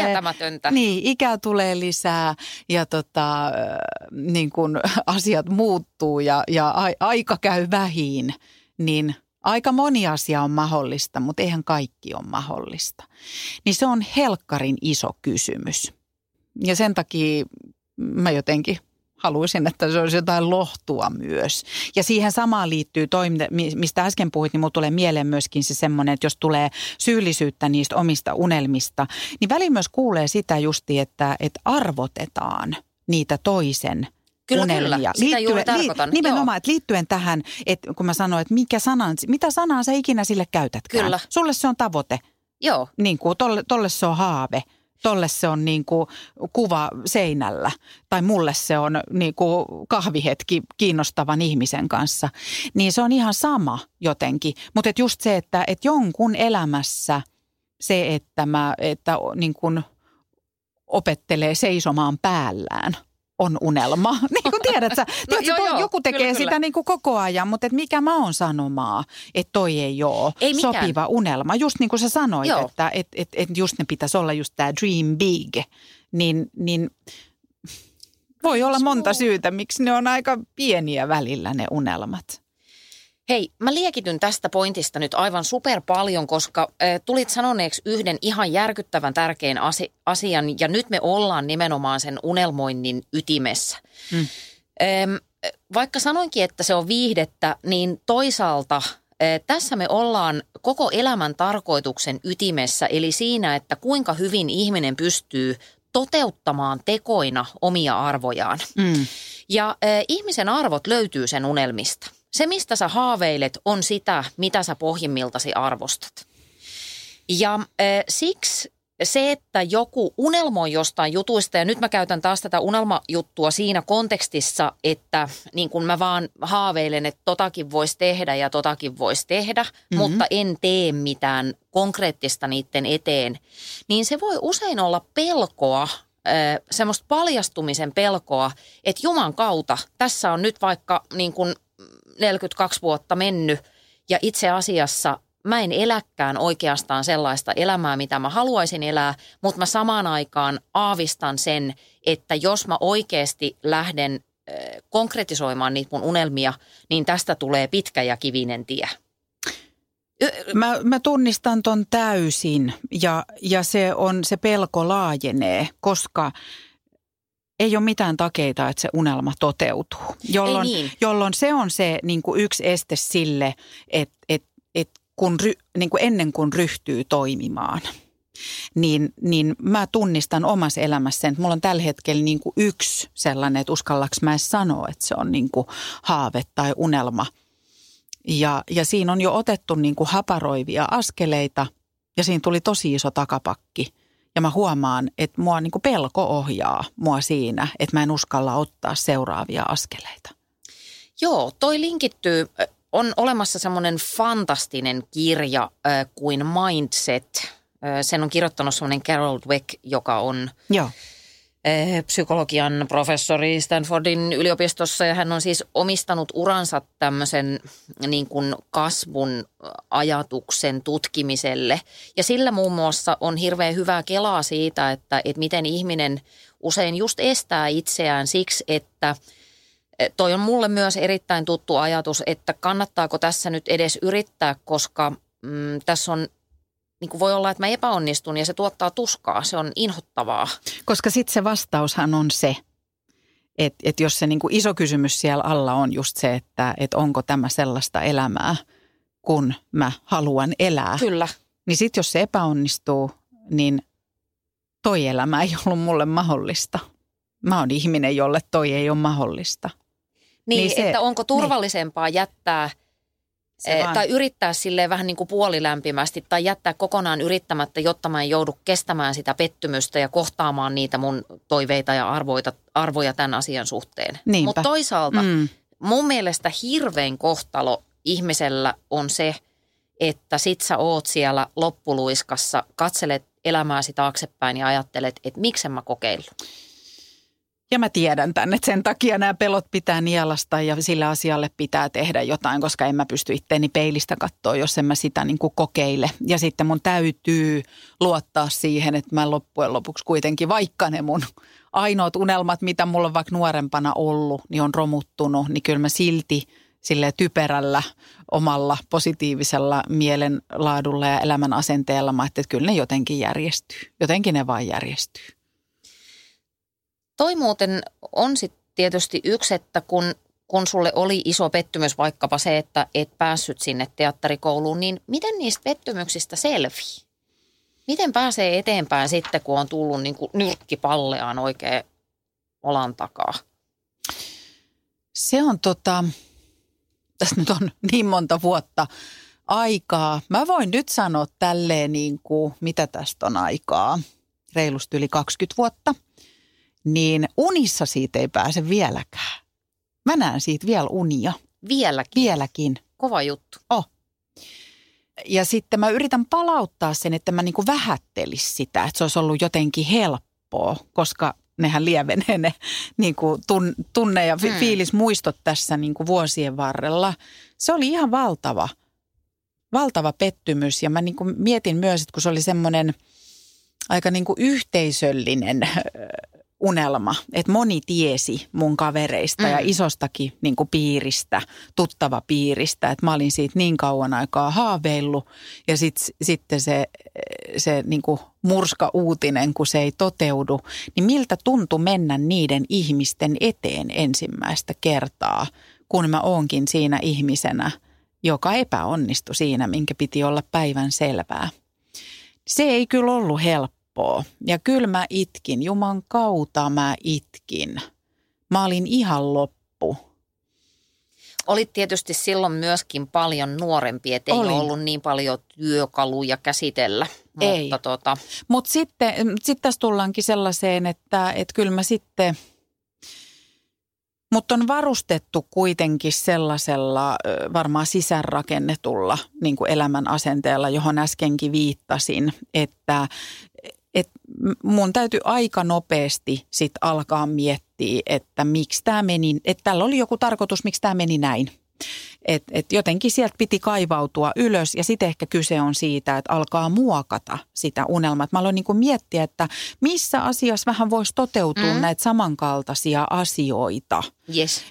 ikää tulee lisää ja niin kun asiat muuttuu ja aika käy vähiin, niin aika moni asia on mahdollista, mutta eihän kaikki ole mahdollista. Niin se on helkkarin iso kysymys. Ja sen takia mä jotenkin haluaisin, että se olisi jotain lohtua myös. Ja siihen samaan liittyy mistä äsken puhuit, niin mulle tulee mieleen myöskin se semmoinen, että jos tulee syyllisyyttä niistä omista unelmista, niin väliin myös kuulee sitä justi, että arvotetaan niitä toisen unelmia. Kyllä, sitä juuri tarkoitan. Nimenomaan, että liittyen tähän, että kun mä sanoin, että mitä sanaa sä ikinä sille käytätkään. Kyllä. Sulle se on tavoite. Joo. Niin kuin tolle se on haave. Tolle se on niin kuin kuva seinällä tai mulle se on niin kuin kahvihetki kiinnostavan ihmisen kanssa. Niin se on ihan sama jotenkin. Mutta just se, että jonkun elämässä se, että niin kuin opettelee seisomaan päällään on unelma. Niin kuin tiedät sä, joku tekee sitä niin kuin koko ajan, mutta et mikä mä oon sanomaa, että toi ei ole sopiva unelma. Just niin kuin sä sanoit, että just ne pitäisi olla just tää dream big, niin voi olla monta syytä, miksi ne on aika pieniä välillä ne unelmat. Hei, mä liekityn tästä pointista nyt aivan super paljon, koska tulit sanoneeksi yhden ihan järkyttävän tärkeän asian ja nyt me ollaan nimenomaan sen unelmoinnin ytimessä. Vaikka sanoinkin, että se on viihdettä, niin toisaalta tässä me ollaan koko elämän tarkoituksen ytimessä, eli siinä, että kuinka hyvin ihminen pystyy toteuttamaan tekoina omia arvojaan. Ja ihmisen arvot löytyy sen unelmista. Se, mistä sä haaveilet, on sitä, mitä sä pohjimmiltasi arvostat. Ja siksi se, että joku unelmoi jostain jutuista, ja nyt mä käytän taas tätä unelmajuttua siinä kontekstissa, että niin kun mä vaan haaveilen, että totakin voisi tehdä ja totakin voisi tehdä, mutta en tee mitään konkreettista niiden eteen, niin se voi usein olla pelkoa, semmoista paljastumisen pelkoa, että Juman kautta tässä on nyt vaikka niin kun 42 vuotta mennyt ja itse asiassa mä en eläkään oikeastaan sellaista elämää, mitä mä haluaisin elää, mutta mä samaan aikaan aavistan sen, että jos mä oikeasti lähden konkretisoimaan niitä mun unelmia, niin tästä tulee pitkä ja kivinen tie. Mä tunnistan ton täysin ja se pelko laajenee, koska ei ole mitään takeita, että se unelma toteutuu, jolloin se on se niin kuin yksi este sille, että niin kuin ennen kuin ryhtyy toimimaan, niin mä tunnistan omassa elämässä, että mulla on tällä hetkellä niin kuin yksi sellainen, että uskallaks mä edes sanoa, että se on niin kuin haave tai unelma. Ja siinä on jo otettu niin kuin haparoivia askeleita ja siinä tuli tosi iso takapakki. Ja mä huomaan, että mua niin kuin pelko ohjaa mua siinä, että mä en uskalla ottaa seuraavia askeleita. Joo, toi linkittyy. On olemassa semmoinen fantastinen kirja kuin Mindset. Sen on kirjoittanut semmoinen Carol Dweck, joka on psykologian professori Stanfordin yliopistossa ja hän on siis omistanut uransa tämmöisen niin kuin kasvun ajatuksen tutkimiselle. Ja sillä muun muassa on hirveän hyvää kelaa siitä, että miten ihminen usein just estää itseään siksi, että toi on mulle myös erittäin tuttu ajatus, että kannattaako tässä nyt edes yrittää, koska tässä on niin kuin voi olla, että mä epäonnistun ja se tuottaa tuskaa. Se on inhottavaa. Koska sitten se vastaushan on se, että jos se niin kuin iso kysymys siellä alla on just se, että onko tämä sellaista elämää, kun mä haluan elää. Kyllä. Niin sitten jos se epäonnistuu, niin toi elämä ei ollut mulle mahdollista. Mä oon ihminen, jolle toi ei ole mahdollista. Niin se, että onko turvallisempaa jättää tai yrittää silleen vähän niin kuin puolilämpimästi tai jättää kokonaan yrittämättä, jotta mä en joudu kestämään sitä pettymystä ja kohtaamaan niitä mun toiveita ja arvoja tämän asian suhteen. Mutta toisaalta mun mielestä hirvein kohtalo ihmisellä on se, että sit sä oot siellä loppuluiskassa, katselet elämääsi taaksepäin ja ajattelet, että miksen mä kokeillut. Ja mä tiedän tämän, että sen takia nämä pelot pitää nielasta ja sille asialle pitää tehdä jotain, koska en mä pysty itteeni peilistä katsoa, jos en mä sitä niin kuin kokeile. Ja sitten mun täytyy luottaa siihen, että mä loppujen lopuksi kuitenkin, vaikka ne mun ainoat unelmat, mitä mulla on vaikka nuorempana ollut, niin on romuttunut, niin kyllä mä silti sille typerällä omalla positiivisella mielenlaadulla ja elämän asenteella, mä että kyllä ne jotenkin järjestyy. Jotenkin ne vaan järjestyy. Toi muuten on sitten tietysti yksi, että kun sulle oli iso pettymys vaikkapa se, että et päässyt sinne teatterikouluun, niin miten niistä pettymyksistä selvii? Miten pääsee eteenpäin sitten, kun on tullut niin kuin nyrkkipalleaan oikein olan takaa? Se on tässä nyt on niin monta vuotta aikaa. Mä voin nyt sanoa tälleen niin kuin, mitä tästä on aikaa, reilusti yli 20 vuotta. Niin unissa siitä ei pääse vieläkään. Mä näen siitä vielä unia. Vieläkin. Kova juttu. Ja sitten mä yritän palauttaa sen, että mä niinku vähättelis sitä, että se olisi ollut jotenkin helppoa, koska nehän lievenee ne niinku tunne- ja fiilismuistot tässä niinku vuosien varrella. Se oli ihan valtava pettymys ja mä niinku mietin myös, että kun se oli semmoinen aika niinku yhteisöllinen unelma, että moni tiesi mun kavereista ja isostakin niin kuin piiristä, tuttava piiristä, että mä olin siitä niin kauan aikaa haaveillut ja sitten se niin kuin murska uutinen, kun se ei toteudu, niin miltä tuntui mennä niiden ihmisten eteen ensimmäistä kertaa, kun mä oonkin siinä ihmisenä, joka epäonnistui siinä, minkä piti olla päivän selvää. Se ei kyllä ollut helppoa. Ja kyllä mä itkin, Juman kautta mä itkin. Mä olin ihan loppu. Olit tietysti silloin myöskin paljon nuorempi, ettei ole ollut niin paljon työkaluja käsitellä. Ei. Mutta sitten tässä tullaankin sellaiseen, että kyllä mä sitten, mutta on varustettu kuitenkin sellaisella varmaan sisäänrakennetulla niin kuin elämän asenteella, johon äskenkin viittasin, että mun täytyy aika nopeasti sit alkaa miettiä, että miksi tämä meni, että tällä oli joku tarkoitus, miksi tämä meni näin. Et jotenkin sieltä piti kaivautua ylös ja sitten ehkä kyse on siitä, että alkaa muokata sitä unelmaa. Mä aloin niinku miettiä, että missä asiassa vähän voisi toteutua näitä samankaltaisia asioita. Yes.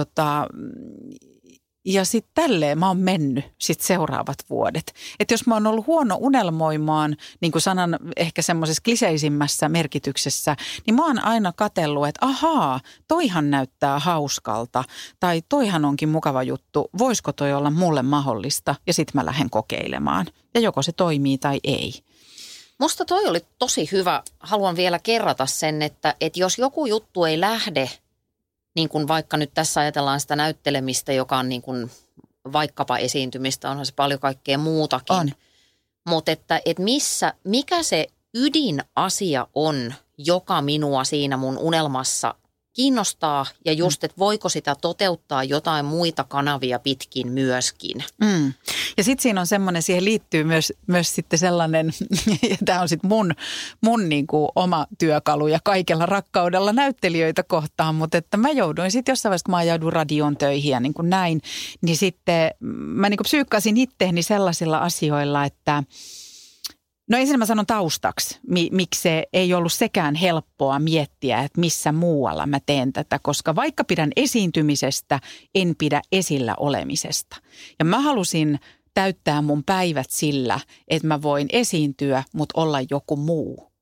Ja sitten tälleen mä oon mennyt sit seuraavat vuodet. Että jos mä oon ollut huono unelmoimaan, niin kuin sanan ehkä semmoisessa kliseisimmässä merkityksessä, niin mä oon aina katsellut, että ahaa, toihan näyttää hauskalta. Tai toihan onkin mukava juttu, voisiko toi olla mulle mahdollista? Ja sitten mä lähden kokeilemaan. Ja joko se toimii tai ei. Musta toi oli tosi hyvä. Haluan vielä kerrata sen, että jos joku juttu ei lähde, niin kuin vaikka nyt tässä ajatellaan sitä näyttelemistä, joka on niin kuin vaikkapa esiintymistä, onhan se paljon kaikkea muutakin. On. Mutta että mikä se ydinasia on, joka minua siinä mun unelmassa kiinnostaa ja just, että voiko sitä toteuttaa jotain muita kanavia pitkin myöskin. Ja sitten siinä on semmoinen, siihen liittyy myös sitten sellainen, ja tämä on sitten mun niin kuin oma työkalu ja kaikella rakkaudella näyttelijöitä kohtaan, mutta että mä jouduin sitten jossain vaiheessa, kun mä ajaudun radioon töihin ja niin kuin näin, niin sitten mä niin kuin psyykkasin itteeni sellaisilla asioilla, että no ensin mä sanon taustaksi, miksi se ei ollut sekään helppoa miettiä, että missä muualla mä teen tätä, koska vaikka pidän esiintymisestä, en pidä esillä olemisesta. Ja mä halusin täyttää mun päivät sillä, että mä voin esiintyä, mutta olla joku muu.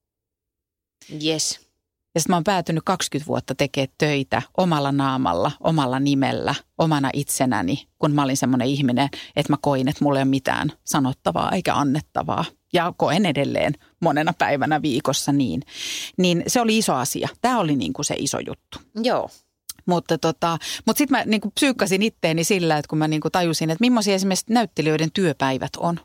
Yes. Ja sitten mä oon päätynyt 20 vuotta tekemään töitä omalla naamalla, omalla nimellä, omana itsenäni, kun mä olin semmoinen ihminen, että mä koin, että mulla ei ole mitään sanottavaa eikä annettavaa. Ja koen edelleen monena päivänä viikossa niin. Niin se oli iso asia. Tämä oli niin kuin se iso juttu. Joo. Mutta sitten mä niin kuin psyykkasin itteeni sillä, että kun mä niin kuin tajusin, että millaisia esimerkiksi näyttelijöiden työpäivät on.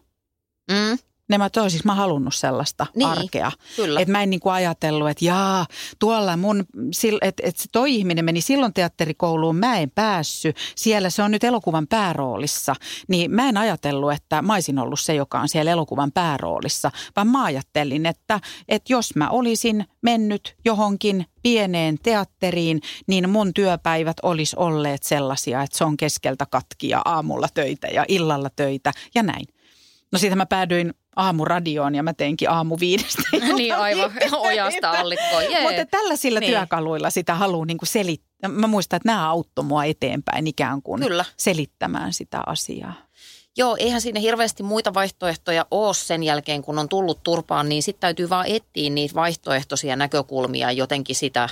Mä toisin mä halunnut sellaista arkea. Että mä en niin kuin ajatellut, että tuolla että toi ihminen meni silloin teatterikouluun, mä en päässyt. Siellä se on nyt elokuvan pääroolissa. Niin mä en ajatellut, että mä olisin ollut se, joka on siellä elokuvan pääroolissa. Vaan mä ajattelin, että jos mä olisin mennyt johonkin pieneen teatteriin, niin mun työpäivät olisi olleet sellaisia, että se on keskeltä katki ja aamulla töitä ja illalla töitä ja näin. No siitä mä päädyin aamuradioon ja mä teinkin aamu 5. Niin aivan, ojasta allikkoon. Mutta tällaisilla työkaluilla sitä haluaa niin kuin selittää. Mä muistan, että nämä auttoi mua eteenpäin ikään kuin selittämään sitä asiaa. Joo, eihän siinä hirveästi muita vaihtoehtoja ole sen jälkeen, kun on tullut turpaan, niin sitten täytyy vaan etsiä niitä vaihtoehtoisia näkökulmia jotenkin sitä.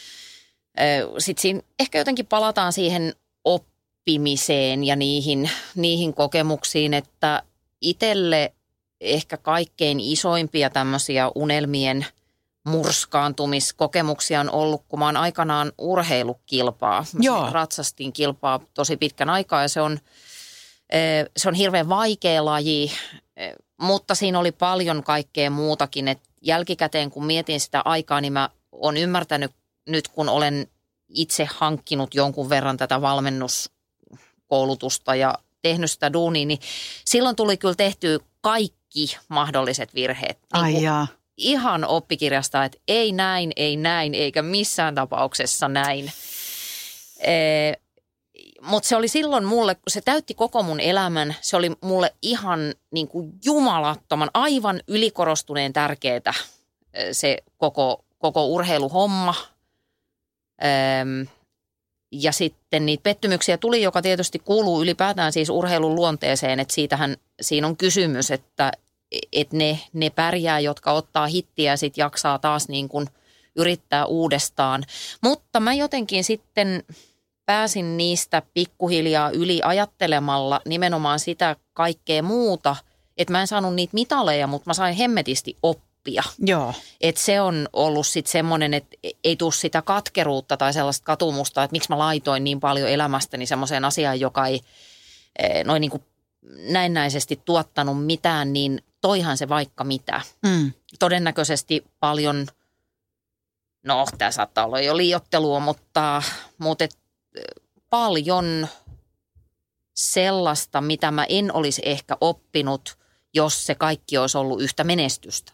Sitten siinä ehkä jotenkin palataan siihen oppimiseen ja niihin kokemuksiin, että itselle ehkä kaikkein isoimpia tämmöisiä unelmien murskaantumiskokemuksia on ollut, kun mä oon aikanaan urheilukilpaa. Ratsastin kilpaa tosi pitkän aikaa ja se on hirveän vaikea laji, mutta siinä oli paljon kaikkea muutakin. Et jälkikäteen kun mietin sitä aikaa, niin mä oon ymmärtänyt nyt, kun olen itse hankkinut jonkun verran tätä valmennuskoulutusta ja tehnyt sitä duunia, niin silloin tuli kyllä tehtyä kaikki mahdolliset virheet. Ihan oppikirjasta, että ei näin, eikä missään tapauksessa näin. Mutta se oli silloin mulle, kun se täytti koko mun elämän, se oli mulle ihan niin kuin jumalattoman, aivan ylikorostuneen tärkeää se koko urheiluhomma. Ja sitten niitä pettymyksiä tuli, joka tietysti kuuluu ylipäätään siis urheilun luonteeseen, että siitähän siinä on kysymys, että ne pärjää, jotka ottaa hittiä ja sitten jaksaa taas niin kuin yrittää uudestaan. Mutta mä jotenkin sitten pääsin niistä pikkuhiljaa yli ajattelemalla nimenomaan sitä kaikkea muuta, että mä en saanut niitä mitaleja, mutta mä sain hemmetisti oppia. Joo. Että se on ollut sitten semmoinen, että ei tule sitä katkeruutta tai sellaista katumusta, että miksi mä laitoin niin paljon elämästäni semmoiseen asiaan, joka ei noin niin kuin näennäisesti tuottanut mitään, niin toihan se vaikka mitä. Todennäköisesti paljon, no tämä saattaa olla jo liioittelua, mutta paljon sellaista, mitä mä en olisi ehkä oppinut, jos se kaikki olisi ollut yhtä menestystä.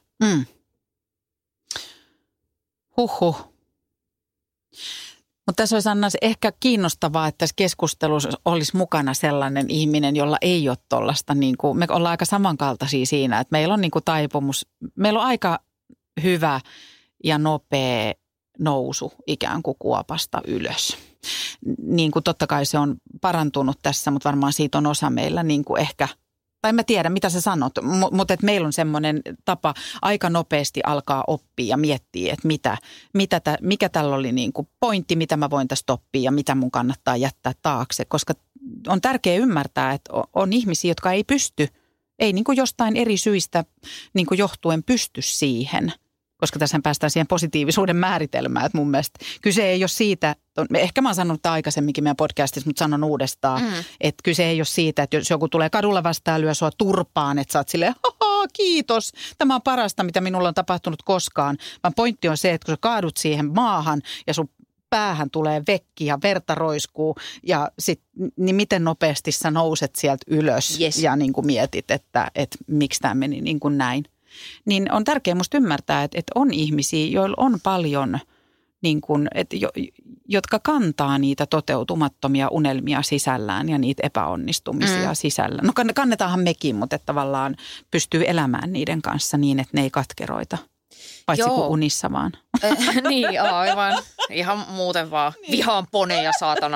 Mutta tässä olisi Anna ehkä kiinnostavaa, että tässä keskustelussa olisi mukana sellainen ihminen, jolla ei ole tuollaista, niin kuin, me ollaan aika samankaltaisia siinä, että meillä on niin kuin taipumus, meillä on aika hyvä ja nopea nousu ikään kuin kuopasta ylös. Niin kuin totta kai se on parantunut tässä, mutta varmaan siitä on osa meillä niin kuin ehkä, tai mä tiedän mitä sä sanot, mutta että meillä on semmoinen tapa aika nopeasti alkaa oppia ja miettiä, että mikä tällä oli niin kuin pointti, mitä mä voin tästä oppia ja mitä mun kannattaa jättää taakse. Koska on tärkeää ymmärtää, että on ihmisiä, jotka ei pysty, ei niin kuin jostain eri syistä niin kuin johtuen pysty siihen. Koska tässä päästään siihen positiivisuuden määritelmään, että mun mielestä kyse ei ole siitä, ehkä mä oon sanonut tämä aikaisemminkin meidän podcastissa, mutta sanon uudestaan, että kyse ei ole siitä, että jos joku tulee kadulla vastaan lyö sua turpaan, että sä oot silleen, kiitos, tämä on parasta, mitä minulla on tapahtunut koskaan. Vaan pointti on se, että kun sä kaadut siihen maahan ja sun päähän tulee vekki ja verta roiskuu ja niin miten nopeasti sä nouset sieltä ylös ja niin kuin mietit, että miksi tämä meni niin kuin näin. Niin on tärkeää musta ymmärtää, että on ihmisiä, joilla on paljon, niin kuin, jotka kantaa niitä toteutumattomia unelmia sisällään ja niitä epäonnistumisia sisällä. No kannetaanhan mekin, mutta että tavallaan pystyy elämään niiden kanssa niin, että ne ei katkeroita. Paitsi kuin unissa vaan. Niin, aivan. Ihan muuten vaan. Vihaan poneja, saatana.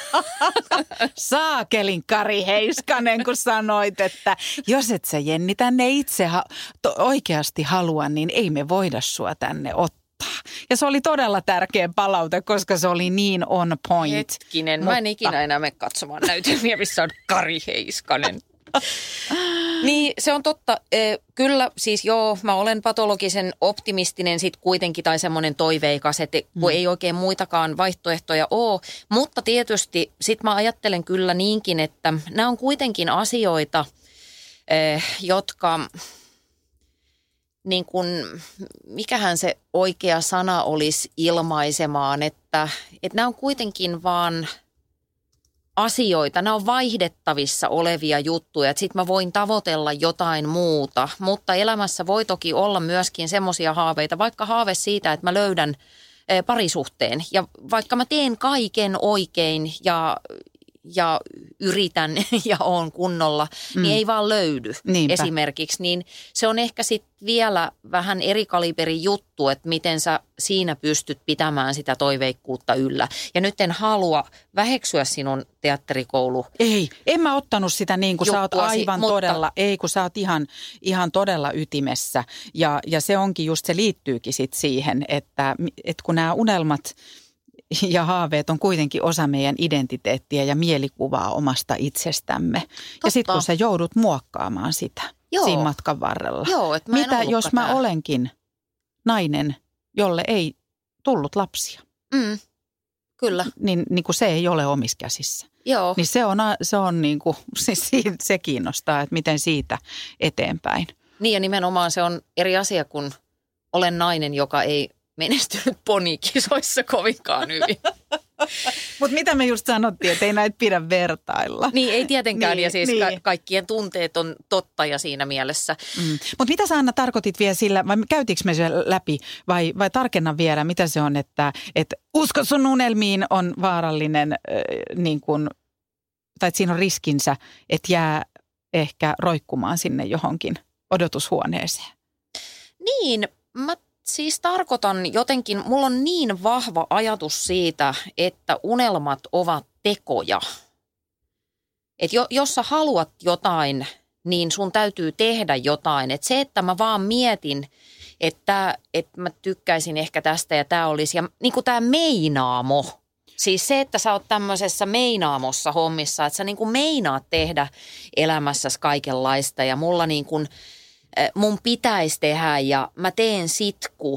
Saakelin Kari Heiskanen, kun sanoit, että jos et sä Jenni tänne itse oikeasti halua, niin ei me voida sua tänne ottaa. Ja se oli todella tärkeä palaute, koska se oli niin on point. Hetkinen, mä en ikinä enää mene katsomaan näytelmiä, missä on Kari Heiskanen. Niin, se on totta. Kyllä, siis joo, mä olen patologisen optimistinen sit kuitenkin tai semmoinen toiveikas, että kun ei oikein muitakaan vaihtoehtoja ole. Mutta tietysti sit mä ajattelen kyllä niinkin, että nämä on kuitenkin asioita, jotka niin kuin, mikähän se oikea sana olisi ilmaisemaan, että nämä on kuitenkin vaan asioita, nämä on vaihdettavissa olevia juttuja, että sitten mä voin tavoitella jotain muuta, mutta elämässä voi toki olla myöskin semmoisia haaveita, vaikka haave siitä, että mä löydän parisuhteen ja vaikka mä teen kaiken oikein ja yritän ja oon kunnolla, niin ei vaan löydy esimerkiksi. Niin se on ehkä sitten vielä vähän eri kaliberin juttu, että miten sä siinä pystyt pitämään sitä toiveikkuutta yllä. Ja nyt en halua väheksyä sinun teatterikoulu. Ei, en mä ottanut sitä niin kuin sä oot aivan todella, ei kun sä oot ihan todella ytimessä. Ja se onkin just, se liittyykin sit siihen, että kun nämä unelmat ja haaveet on kuitenkin osa meidän identiteettiä ja mielikuvaa omasta itsestämme. Totta. Ja sitten kun sä joudut muokkaamaan sitä siinä matkan varrella. Joo, että mitä jos mä olenkin nainen, jolle ei tullut lapsia? Kyllä. Niin kuin se ei ole omissa käsissä. Joo. Niin se on niin kuin, se kiinnostaa, että miten siitä eteenpäin. Niin ja nimenomaan se on eri asia, kun olen nainen, joka ei menestynyt ponikisoissa kovinkaan hyvin. Mutta mitä me just sanottiin, että ei näitä pidä vertailla. Niin, ei tietenkään. Ja siis kaikkien tunteet on totta ja siinä mielessä. Mutta mitä sä Anna tarkoitit vielä sillä, vai käytiinkö me se läpi, vai tarkenna vielä, mitä se on, että usko sun unelmiin on vaarallinen, niin kun, tai että siinä on riskinsä, että jää ehkä roikkumaan sinne johonkin odotushuoneeseen. Niin, mä siis tarkoitan jotenkin, mulla on niin vahva ajatus siitä, että unelmat ovat tekoja. Että jos sä haluat jotain, niin sun täytyy tehdä jotain. Että se, että mä vaan mietin, että mä tykkäisin ehkä tästä ja tää olisi, ja niin kuin tää meinaamo. Siis se, että sä oot tämmöisessä meinaamossa hommissa, että sä niin kuin meinaat tehdä elämässäsi kaikenlaista ja mulla niin kuin mun pitäisi tehdä ja mä teen sitku,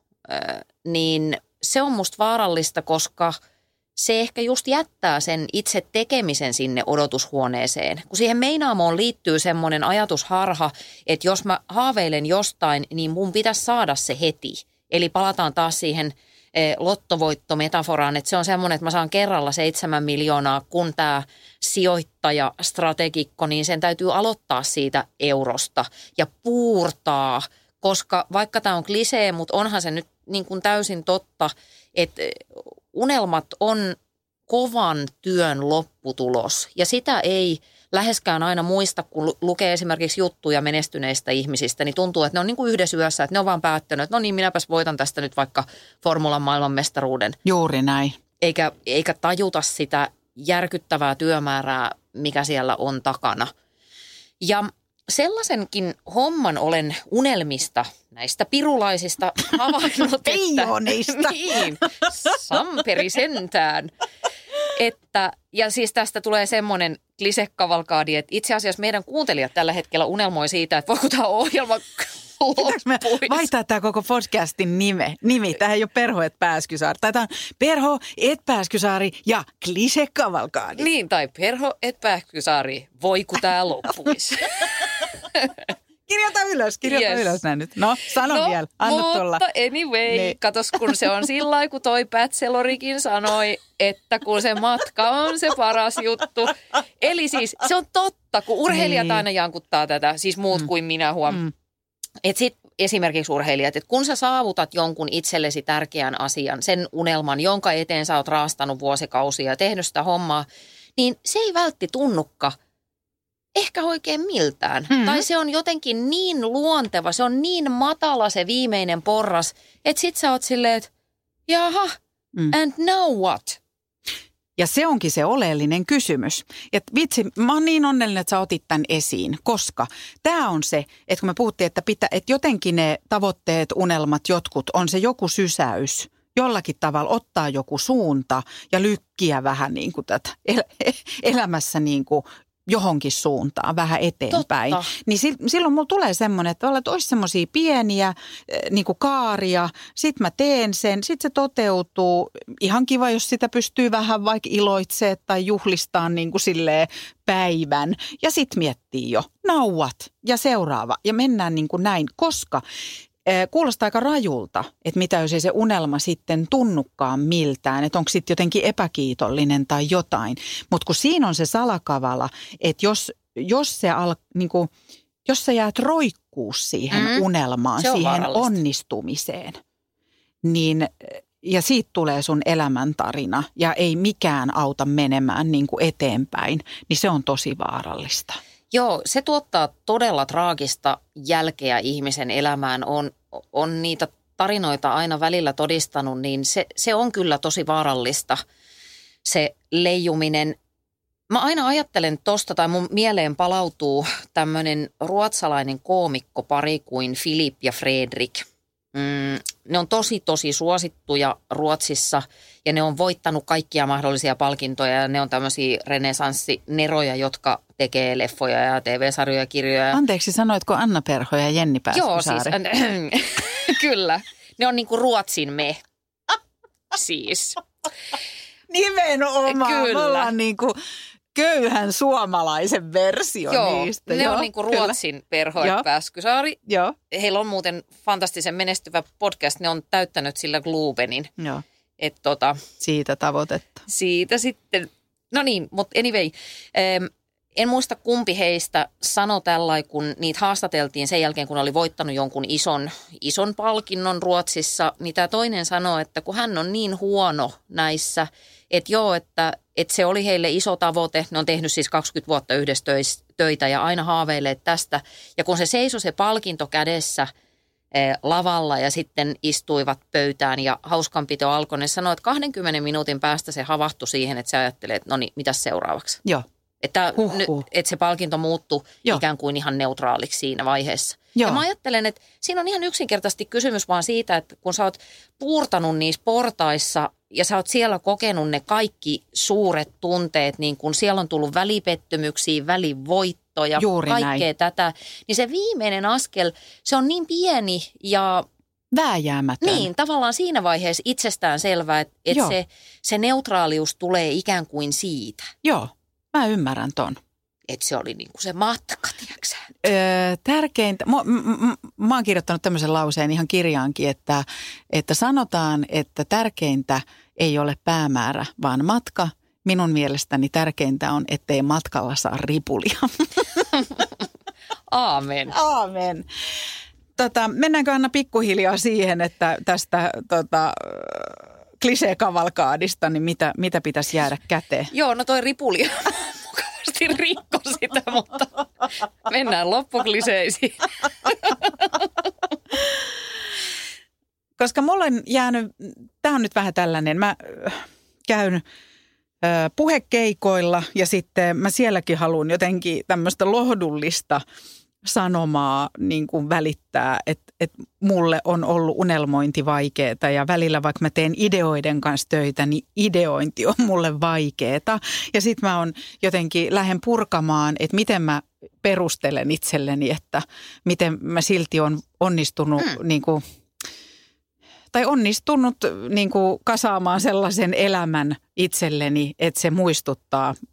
niin se on musta vaarallista, koska se ehkä just jättää sen itse tekemisen sinne odotushuoneeseen. Kun siihen meinaamoon liittyy semmoinen ajatusharha, että jos mä haaveilen jostain, niin mun pitäisi saada se heti. Eli palataan taas siihen lottovoittometaforaan, että se on semmoinen, että mä saan kerralla 7 miljoonaa, kun tämä sijoittaja-strategikko, niin sen täytyy aloittaa siitä eurosta ja puurtaa, koska vaikka tämä on klisee, mutta onhan se nyt niin kuin täysin totta, että unelmat on kovan työn lopputulos ja sitä ei läheskään aina muista, kun lukee esimerkiksi juttuja menestyneistä ihmisistä, niin tuntuu, että ne on niin kuin yhdessä yössä, että ne on vaan päättänyt, että no niin, minäpäs voitan tästä nyt vaikka formulan maailmanmestaruuden. Juuri näin. Eikä tajuta sitä järkyttävää työmäärää, mikä siellä on takana. Ja sellaisenkin homman olen unelmista, näistä pirulaisista havainnut, että niin, samperi sentään. Ja siis tästä tulee semmoinen klisekavalkaadi, että itse asiassa meidän kuuntelijat tällä hetkellä unelmoi siitä, että voiko tämä ohjelma loppuisi. Vaihtaa tämä koko podcastin nimi. Tämähän ei ole Perho et Pääskysaari. Tämä on Perho et Pääskysaari ja klisekavalkaadi. Niin, tai Perho et Pääskysaari, voiko tämä loppuisi. Kirjoita ylös näin nyt. No, sano vielä, anna tulla. Mutta anyway, niin. Katos kun se on sillä lailla, kun toi Bachelorikin sanoi, että kun se matka on se paras juttu. Eli siis se on totta, kun urheilijat aina jankuttaa tätä, siis muut kuin minä Että sit esimerkiksi urheilijat, että kun sä saavutat jonkun itsellesi tärkeän asian, sen unelman, jonka eteen sä oot raastanut vuosikausia ja tehnyt sitä hommaa, niin se ei vältti tunnukaan ehkä oikein miltään. Tai se on jotenkin niin luonteva, se on niin matala se viimeinen porras, että sit sä oot silleen, että jaha, and now what? Ja se onkin se oleellinen kysymys. Että vitsi, mä oon niin onnellinen, että sä otit tämän esiin, koska tämä on se, että kun me puhuttiin, että jotenkin ne tavoitteet, unelmat, jotkut, on se joku sysäys, jollakin tavalla ottaa joku suunta ja lykkiä vähän niin kuin tätä elämässä niin kuin johonkin suuntaan, vähän eteenpäin. Totta. Niin silloin mulla tulee semmoinen, että olisi semmoisia pieniä niin kuin kaaria, sit mä teen sen, sit se toteutuu. Ihan kiva, jos sitä pystyy vähän vaikka iloitsemaan tai juhlistaan niin kuin silleen päivän. Ja sit miettii jo, nauat ja seuraava ja mennään niin kuin näin, koska kuulostaa aika rajulta, että mitä jos ei se unelma sitten tunnukaan miltään, että onko sitten jotenkin epäkiitollinen tai jotain. Mutta kun siinä on se salakavala, että jos sä jäät roikkuu siihen unelmaan, siihen onnistumiseen, niin ja siitä tulee sun elämäntarina ja ei mikään auta menemään niin kuin eteenpäin, niin se on tosi vaarallista. Joo, se tuottaa todella traagista jälkeä ihmisen elämään. On niitä tarinoita aina välillä todistanut, niin se on kyllä tosi vaarallista, se leijuminen. Mä aina ajattelen tosta, tai mun mieleen palautuu tämmöinen ruotsalainen koomikkopari kuin Filip ja Fredrik. Ne on tosi suosittuja Ruotsissa ja ne on voittanut kaikkia mahdollisia palkintoja ja ne on tämmöisiä renesanssineroja, jotka tekee leffoja ja TV-sarjoja ja kirjoja. Anteeksi, sanoitko Anna Perho ja Jenni Pääskysaari? Joo, siis kyllä. Ne on niinku Ruotsin me. Siis. Nimenomaan. Kyllä. Me ollaan niinku köyhän suomalaisen versio niistä. Ne on niinku Ruotsin Perho ja Pääskysaari. Joo. Heillä on muuten fantastisen menestyvä podcast. Ne on täyttänyt sillä Globenin. Joo. Siitä tavoitetta. Siitä sitten. No niin, mutta anyway. En muista kumpi heistä sanoi tällainen, kun niitä haastateltiin sen jälkeen, kun oli voittanut jonkun ison palkinnon Ruotsissa. Niin tämä toinen sanoi, että kun hän on niin huono näissä, että joo, että se oli heille iso tavoite. Ne on tehnyt siis 20 vuotta yhdessä töitä ja aina haaveilee tästä. Ja kun se seisoi se palkinto kädessä lavalla ja sitten istuivat pöytään ja hauskanpito alkoi, ne sanoi, että 20 minuutin päästä se havahtui siihen, että se ajattelee, että no niin, mitäs seuraavaksi? Joo. Että se palkinto muuttui ikään kuin ihan neutraaliksi siinä vaiheessa. Joo. Ja mä ajattelen, että siinä on ihan yksinkertaisesti kysymys vaan siitä, että kun sä oot puurtanut niissä portaissa ja sä oot siellä kokenut ne kaikki suuret tunteet, niin kun siellä on tullut välipettymyksiä, välivoittoja, kaikkea tätä, niin se viimeinen askel, se on niin pieni ja vääjäämätön. Niin, tavallaan siinä vaiheessa itsestään selvää, että se neutraalius tulee ikään kuin siitä. Joo. Mä ymmärrän ton. Että se oli niinku se matka, tiiäksä? Tärkeintä, mä oon kirjoittanut tämmöisen lauseen ihan kirjaankin, että sanotaan, että tärkeintä ei ole päämäärä, vaan matka. Minun mielestäni tärkeintä on, ettei matkalla saa ripulia. Aamen. Aamen. Mennäänkö Anna pikkuhiljaa siihen, että tästä klisee-kavalkaadista, niin mitä pitäisi jäädä käteen? Joo, no toi ripuli mukavasti rikko sitä, mutta mennään loppukliseisiin. Koska mulla on jäänyt, tää on nyt vähän tällainen, mä käyn puhekeikoilla ja sitten mä sielläkin haluan jotenkin tämmöistä lohdullista sanomaa niin kuin välittää, että mulle on ollut unelmointi vaikeeta ja välillä vaikka mä teen ideoiden kanssa töitä, niin ideointi on mulle vaikeeta. Ja sit mä on jotenkin lähden purkamaan, että miten mä perustelen itselleni, että miten mä silti on onnistunut niin kuin, tai onnistunut niin kuin kasaamaan sellaisen elämän itselleni, että se muistuttaa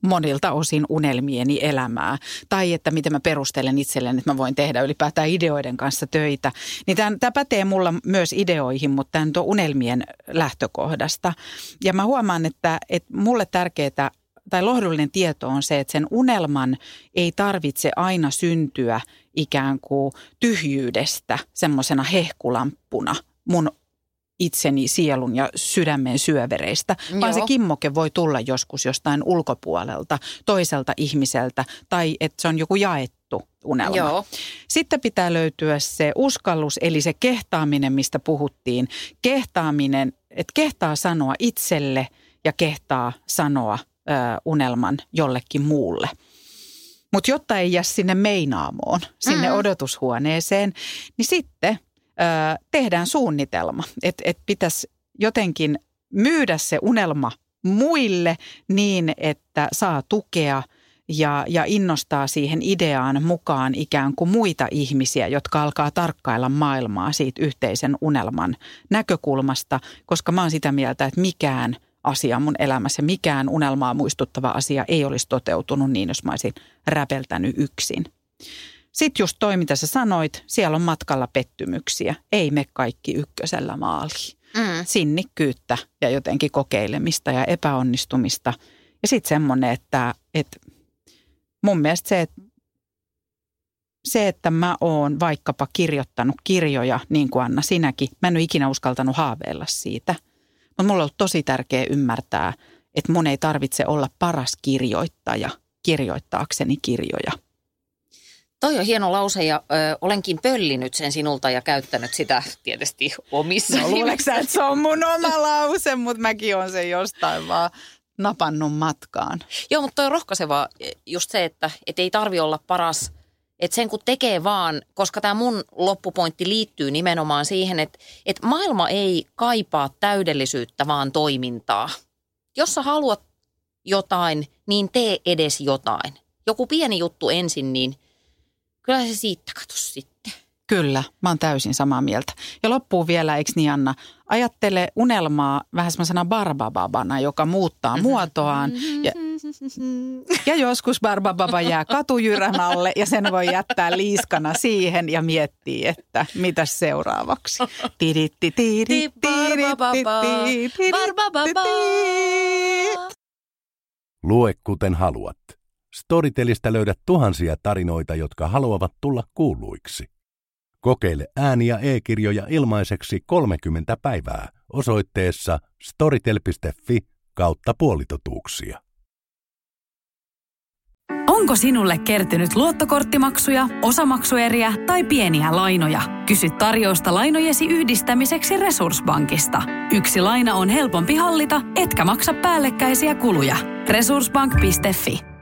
monilta osin unelmieni elämää. Tai että miten mä perustelen itselleen, että mä voin tehdä ylipäätään ideoiden kanssa töitä. Niin tämä pätee mulla myös ideoihin, mutta tämä on unelmien lähtökohdasta. Ja mä huomaan, että mulle tärkeää tai lohdullinen tieto on se, että sen unelman ei tarvitse aina syntyä ikään kuin tyhjyydestä semmoisena hehkulamppuna mun itseni, sielun ja sydämen syövereistä, vaan se kimmoke voi tulla joskus jostain ulkopuolelta, toiselta ihmiseltä tai että se on joku jaettu unelma. Joo. Sitten pitää löytyä se uskallus, eli se kehtaaminen, mistä puhuttiin. Kehtaaminen, että kehtaa sanoa itselle ja kehtaa sanoa unelman jollekin muulle. Mutta jotta ei jää sinne meinaamoon, sinne odotushuoneeseen, niin sitten tehdään suunnitelma, että pitäisi jotenkin myydä se unelma muille niin, että saa tukea ja innostaa siihen ideaan mukaan ikään kuin muita ihmisiä, jotka alkaa tarkkailla maailmaa siitä yhteisen unelman näkökulmasta, koska mä oon sitä mieltä, että mikään asia mun elämässä, mikään unelmaa muistuttava asia ei olisi toteutunut niin, jos mä olisin räpeltänyt yksin. Sitten just toi, mitä sä sanoit, siellä on matkalla pettymyksiä. Ei me kaikki ykkösellä maaliin. Sinnikkyyttä ja jotenkin kokeilemista ja epäonnistumista. Ja sitten semmoinen, että mun mielestä se, että mä oon vaikkapa kirjoittanut kirjoja, niin kuin Anna sinäkin, mä en ole ikinä uskaltanut haaveilla siitä. Mutta mulla on ollut tosi tärkeää ymmärtää, että mun ei tarvitse olla paras kirjoittaja kirjoittaakseni kirjoja. Toi on hieno lause ja olenkin pöllinyt sen sinulta ja käyttänyt sitä tietysti omissa. No luuleeko sä, että se on mun oma lause, mutta mäkin on sen jostain vaan napannut matkaan. Joo, mutta toi on rohkaisevaa just se, että ei tarvi olla paras. Että sen kun tekee vaan, koska tämä mun loppupointti liittyy nimenomaan siihen, että maailma ei kaipaa täydellisyyttä, vaan toimintaa. Jos sä haluat jotain, niin tee edes jotain. Joku pieni juttu ensin, niin kyllä se siitä katos sitten. Kyllä, mä oon täysin samaa mieltä. Ja loppuun vielä, eikö niin Anna, ajattele unelmaa vähän semmoisena barbababana, joka muuttaa muotoaan. Ja joskus barbababa jää katujyrän alle ja sen voi jättää liiskana siihen ja miettiä, että mitäs seuraavaksi. Lue kuten haluat. Storytelistä löydät tuhansia tarinoita, jotka haluavat tulla kuulluiksi. Kokeile ääni- ja e-kirjoja ilmaiseksi 30 päivää osoitteessa storytel.fi/puolitotuuksia. Onko sinulle kertynyt luottokorttimaksuja, osamaksueriä tai pieniä lainoja? Kysy tarjousta lainojesi yhdistämiseksi Resurssbankista. Yksi laina on helpompi hallita, etkä maksa päällekkäisiä kuluja. Resurssbank.fi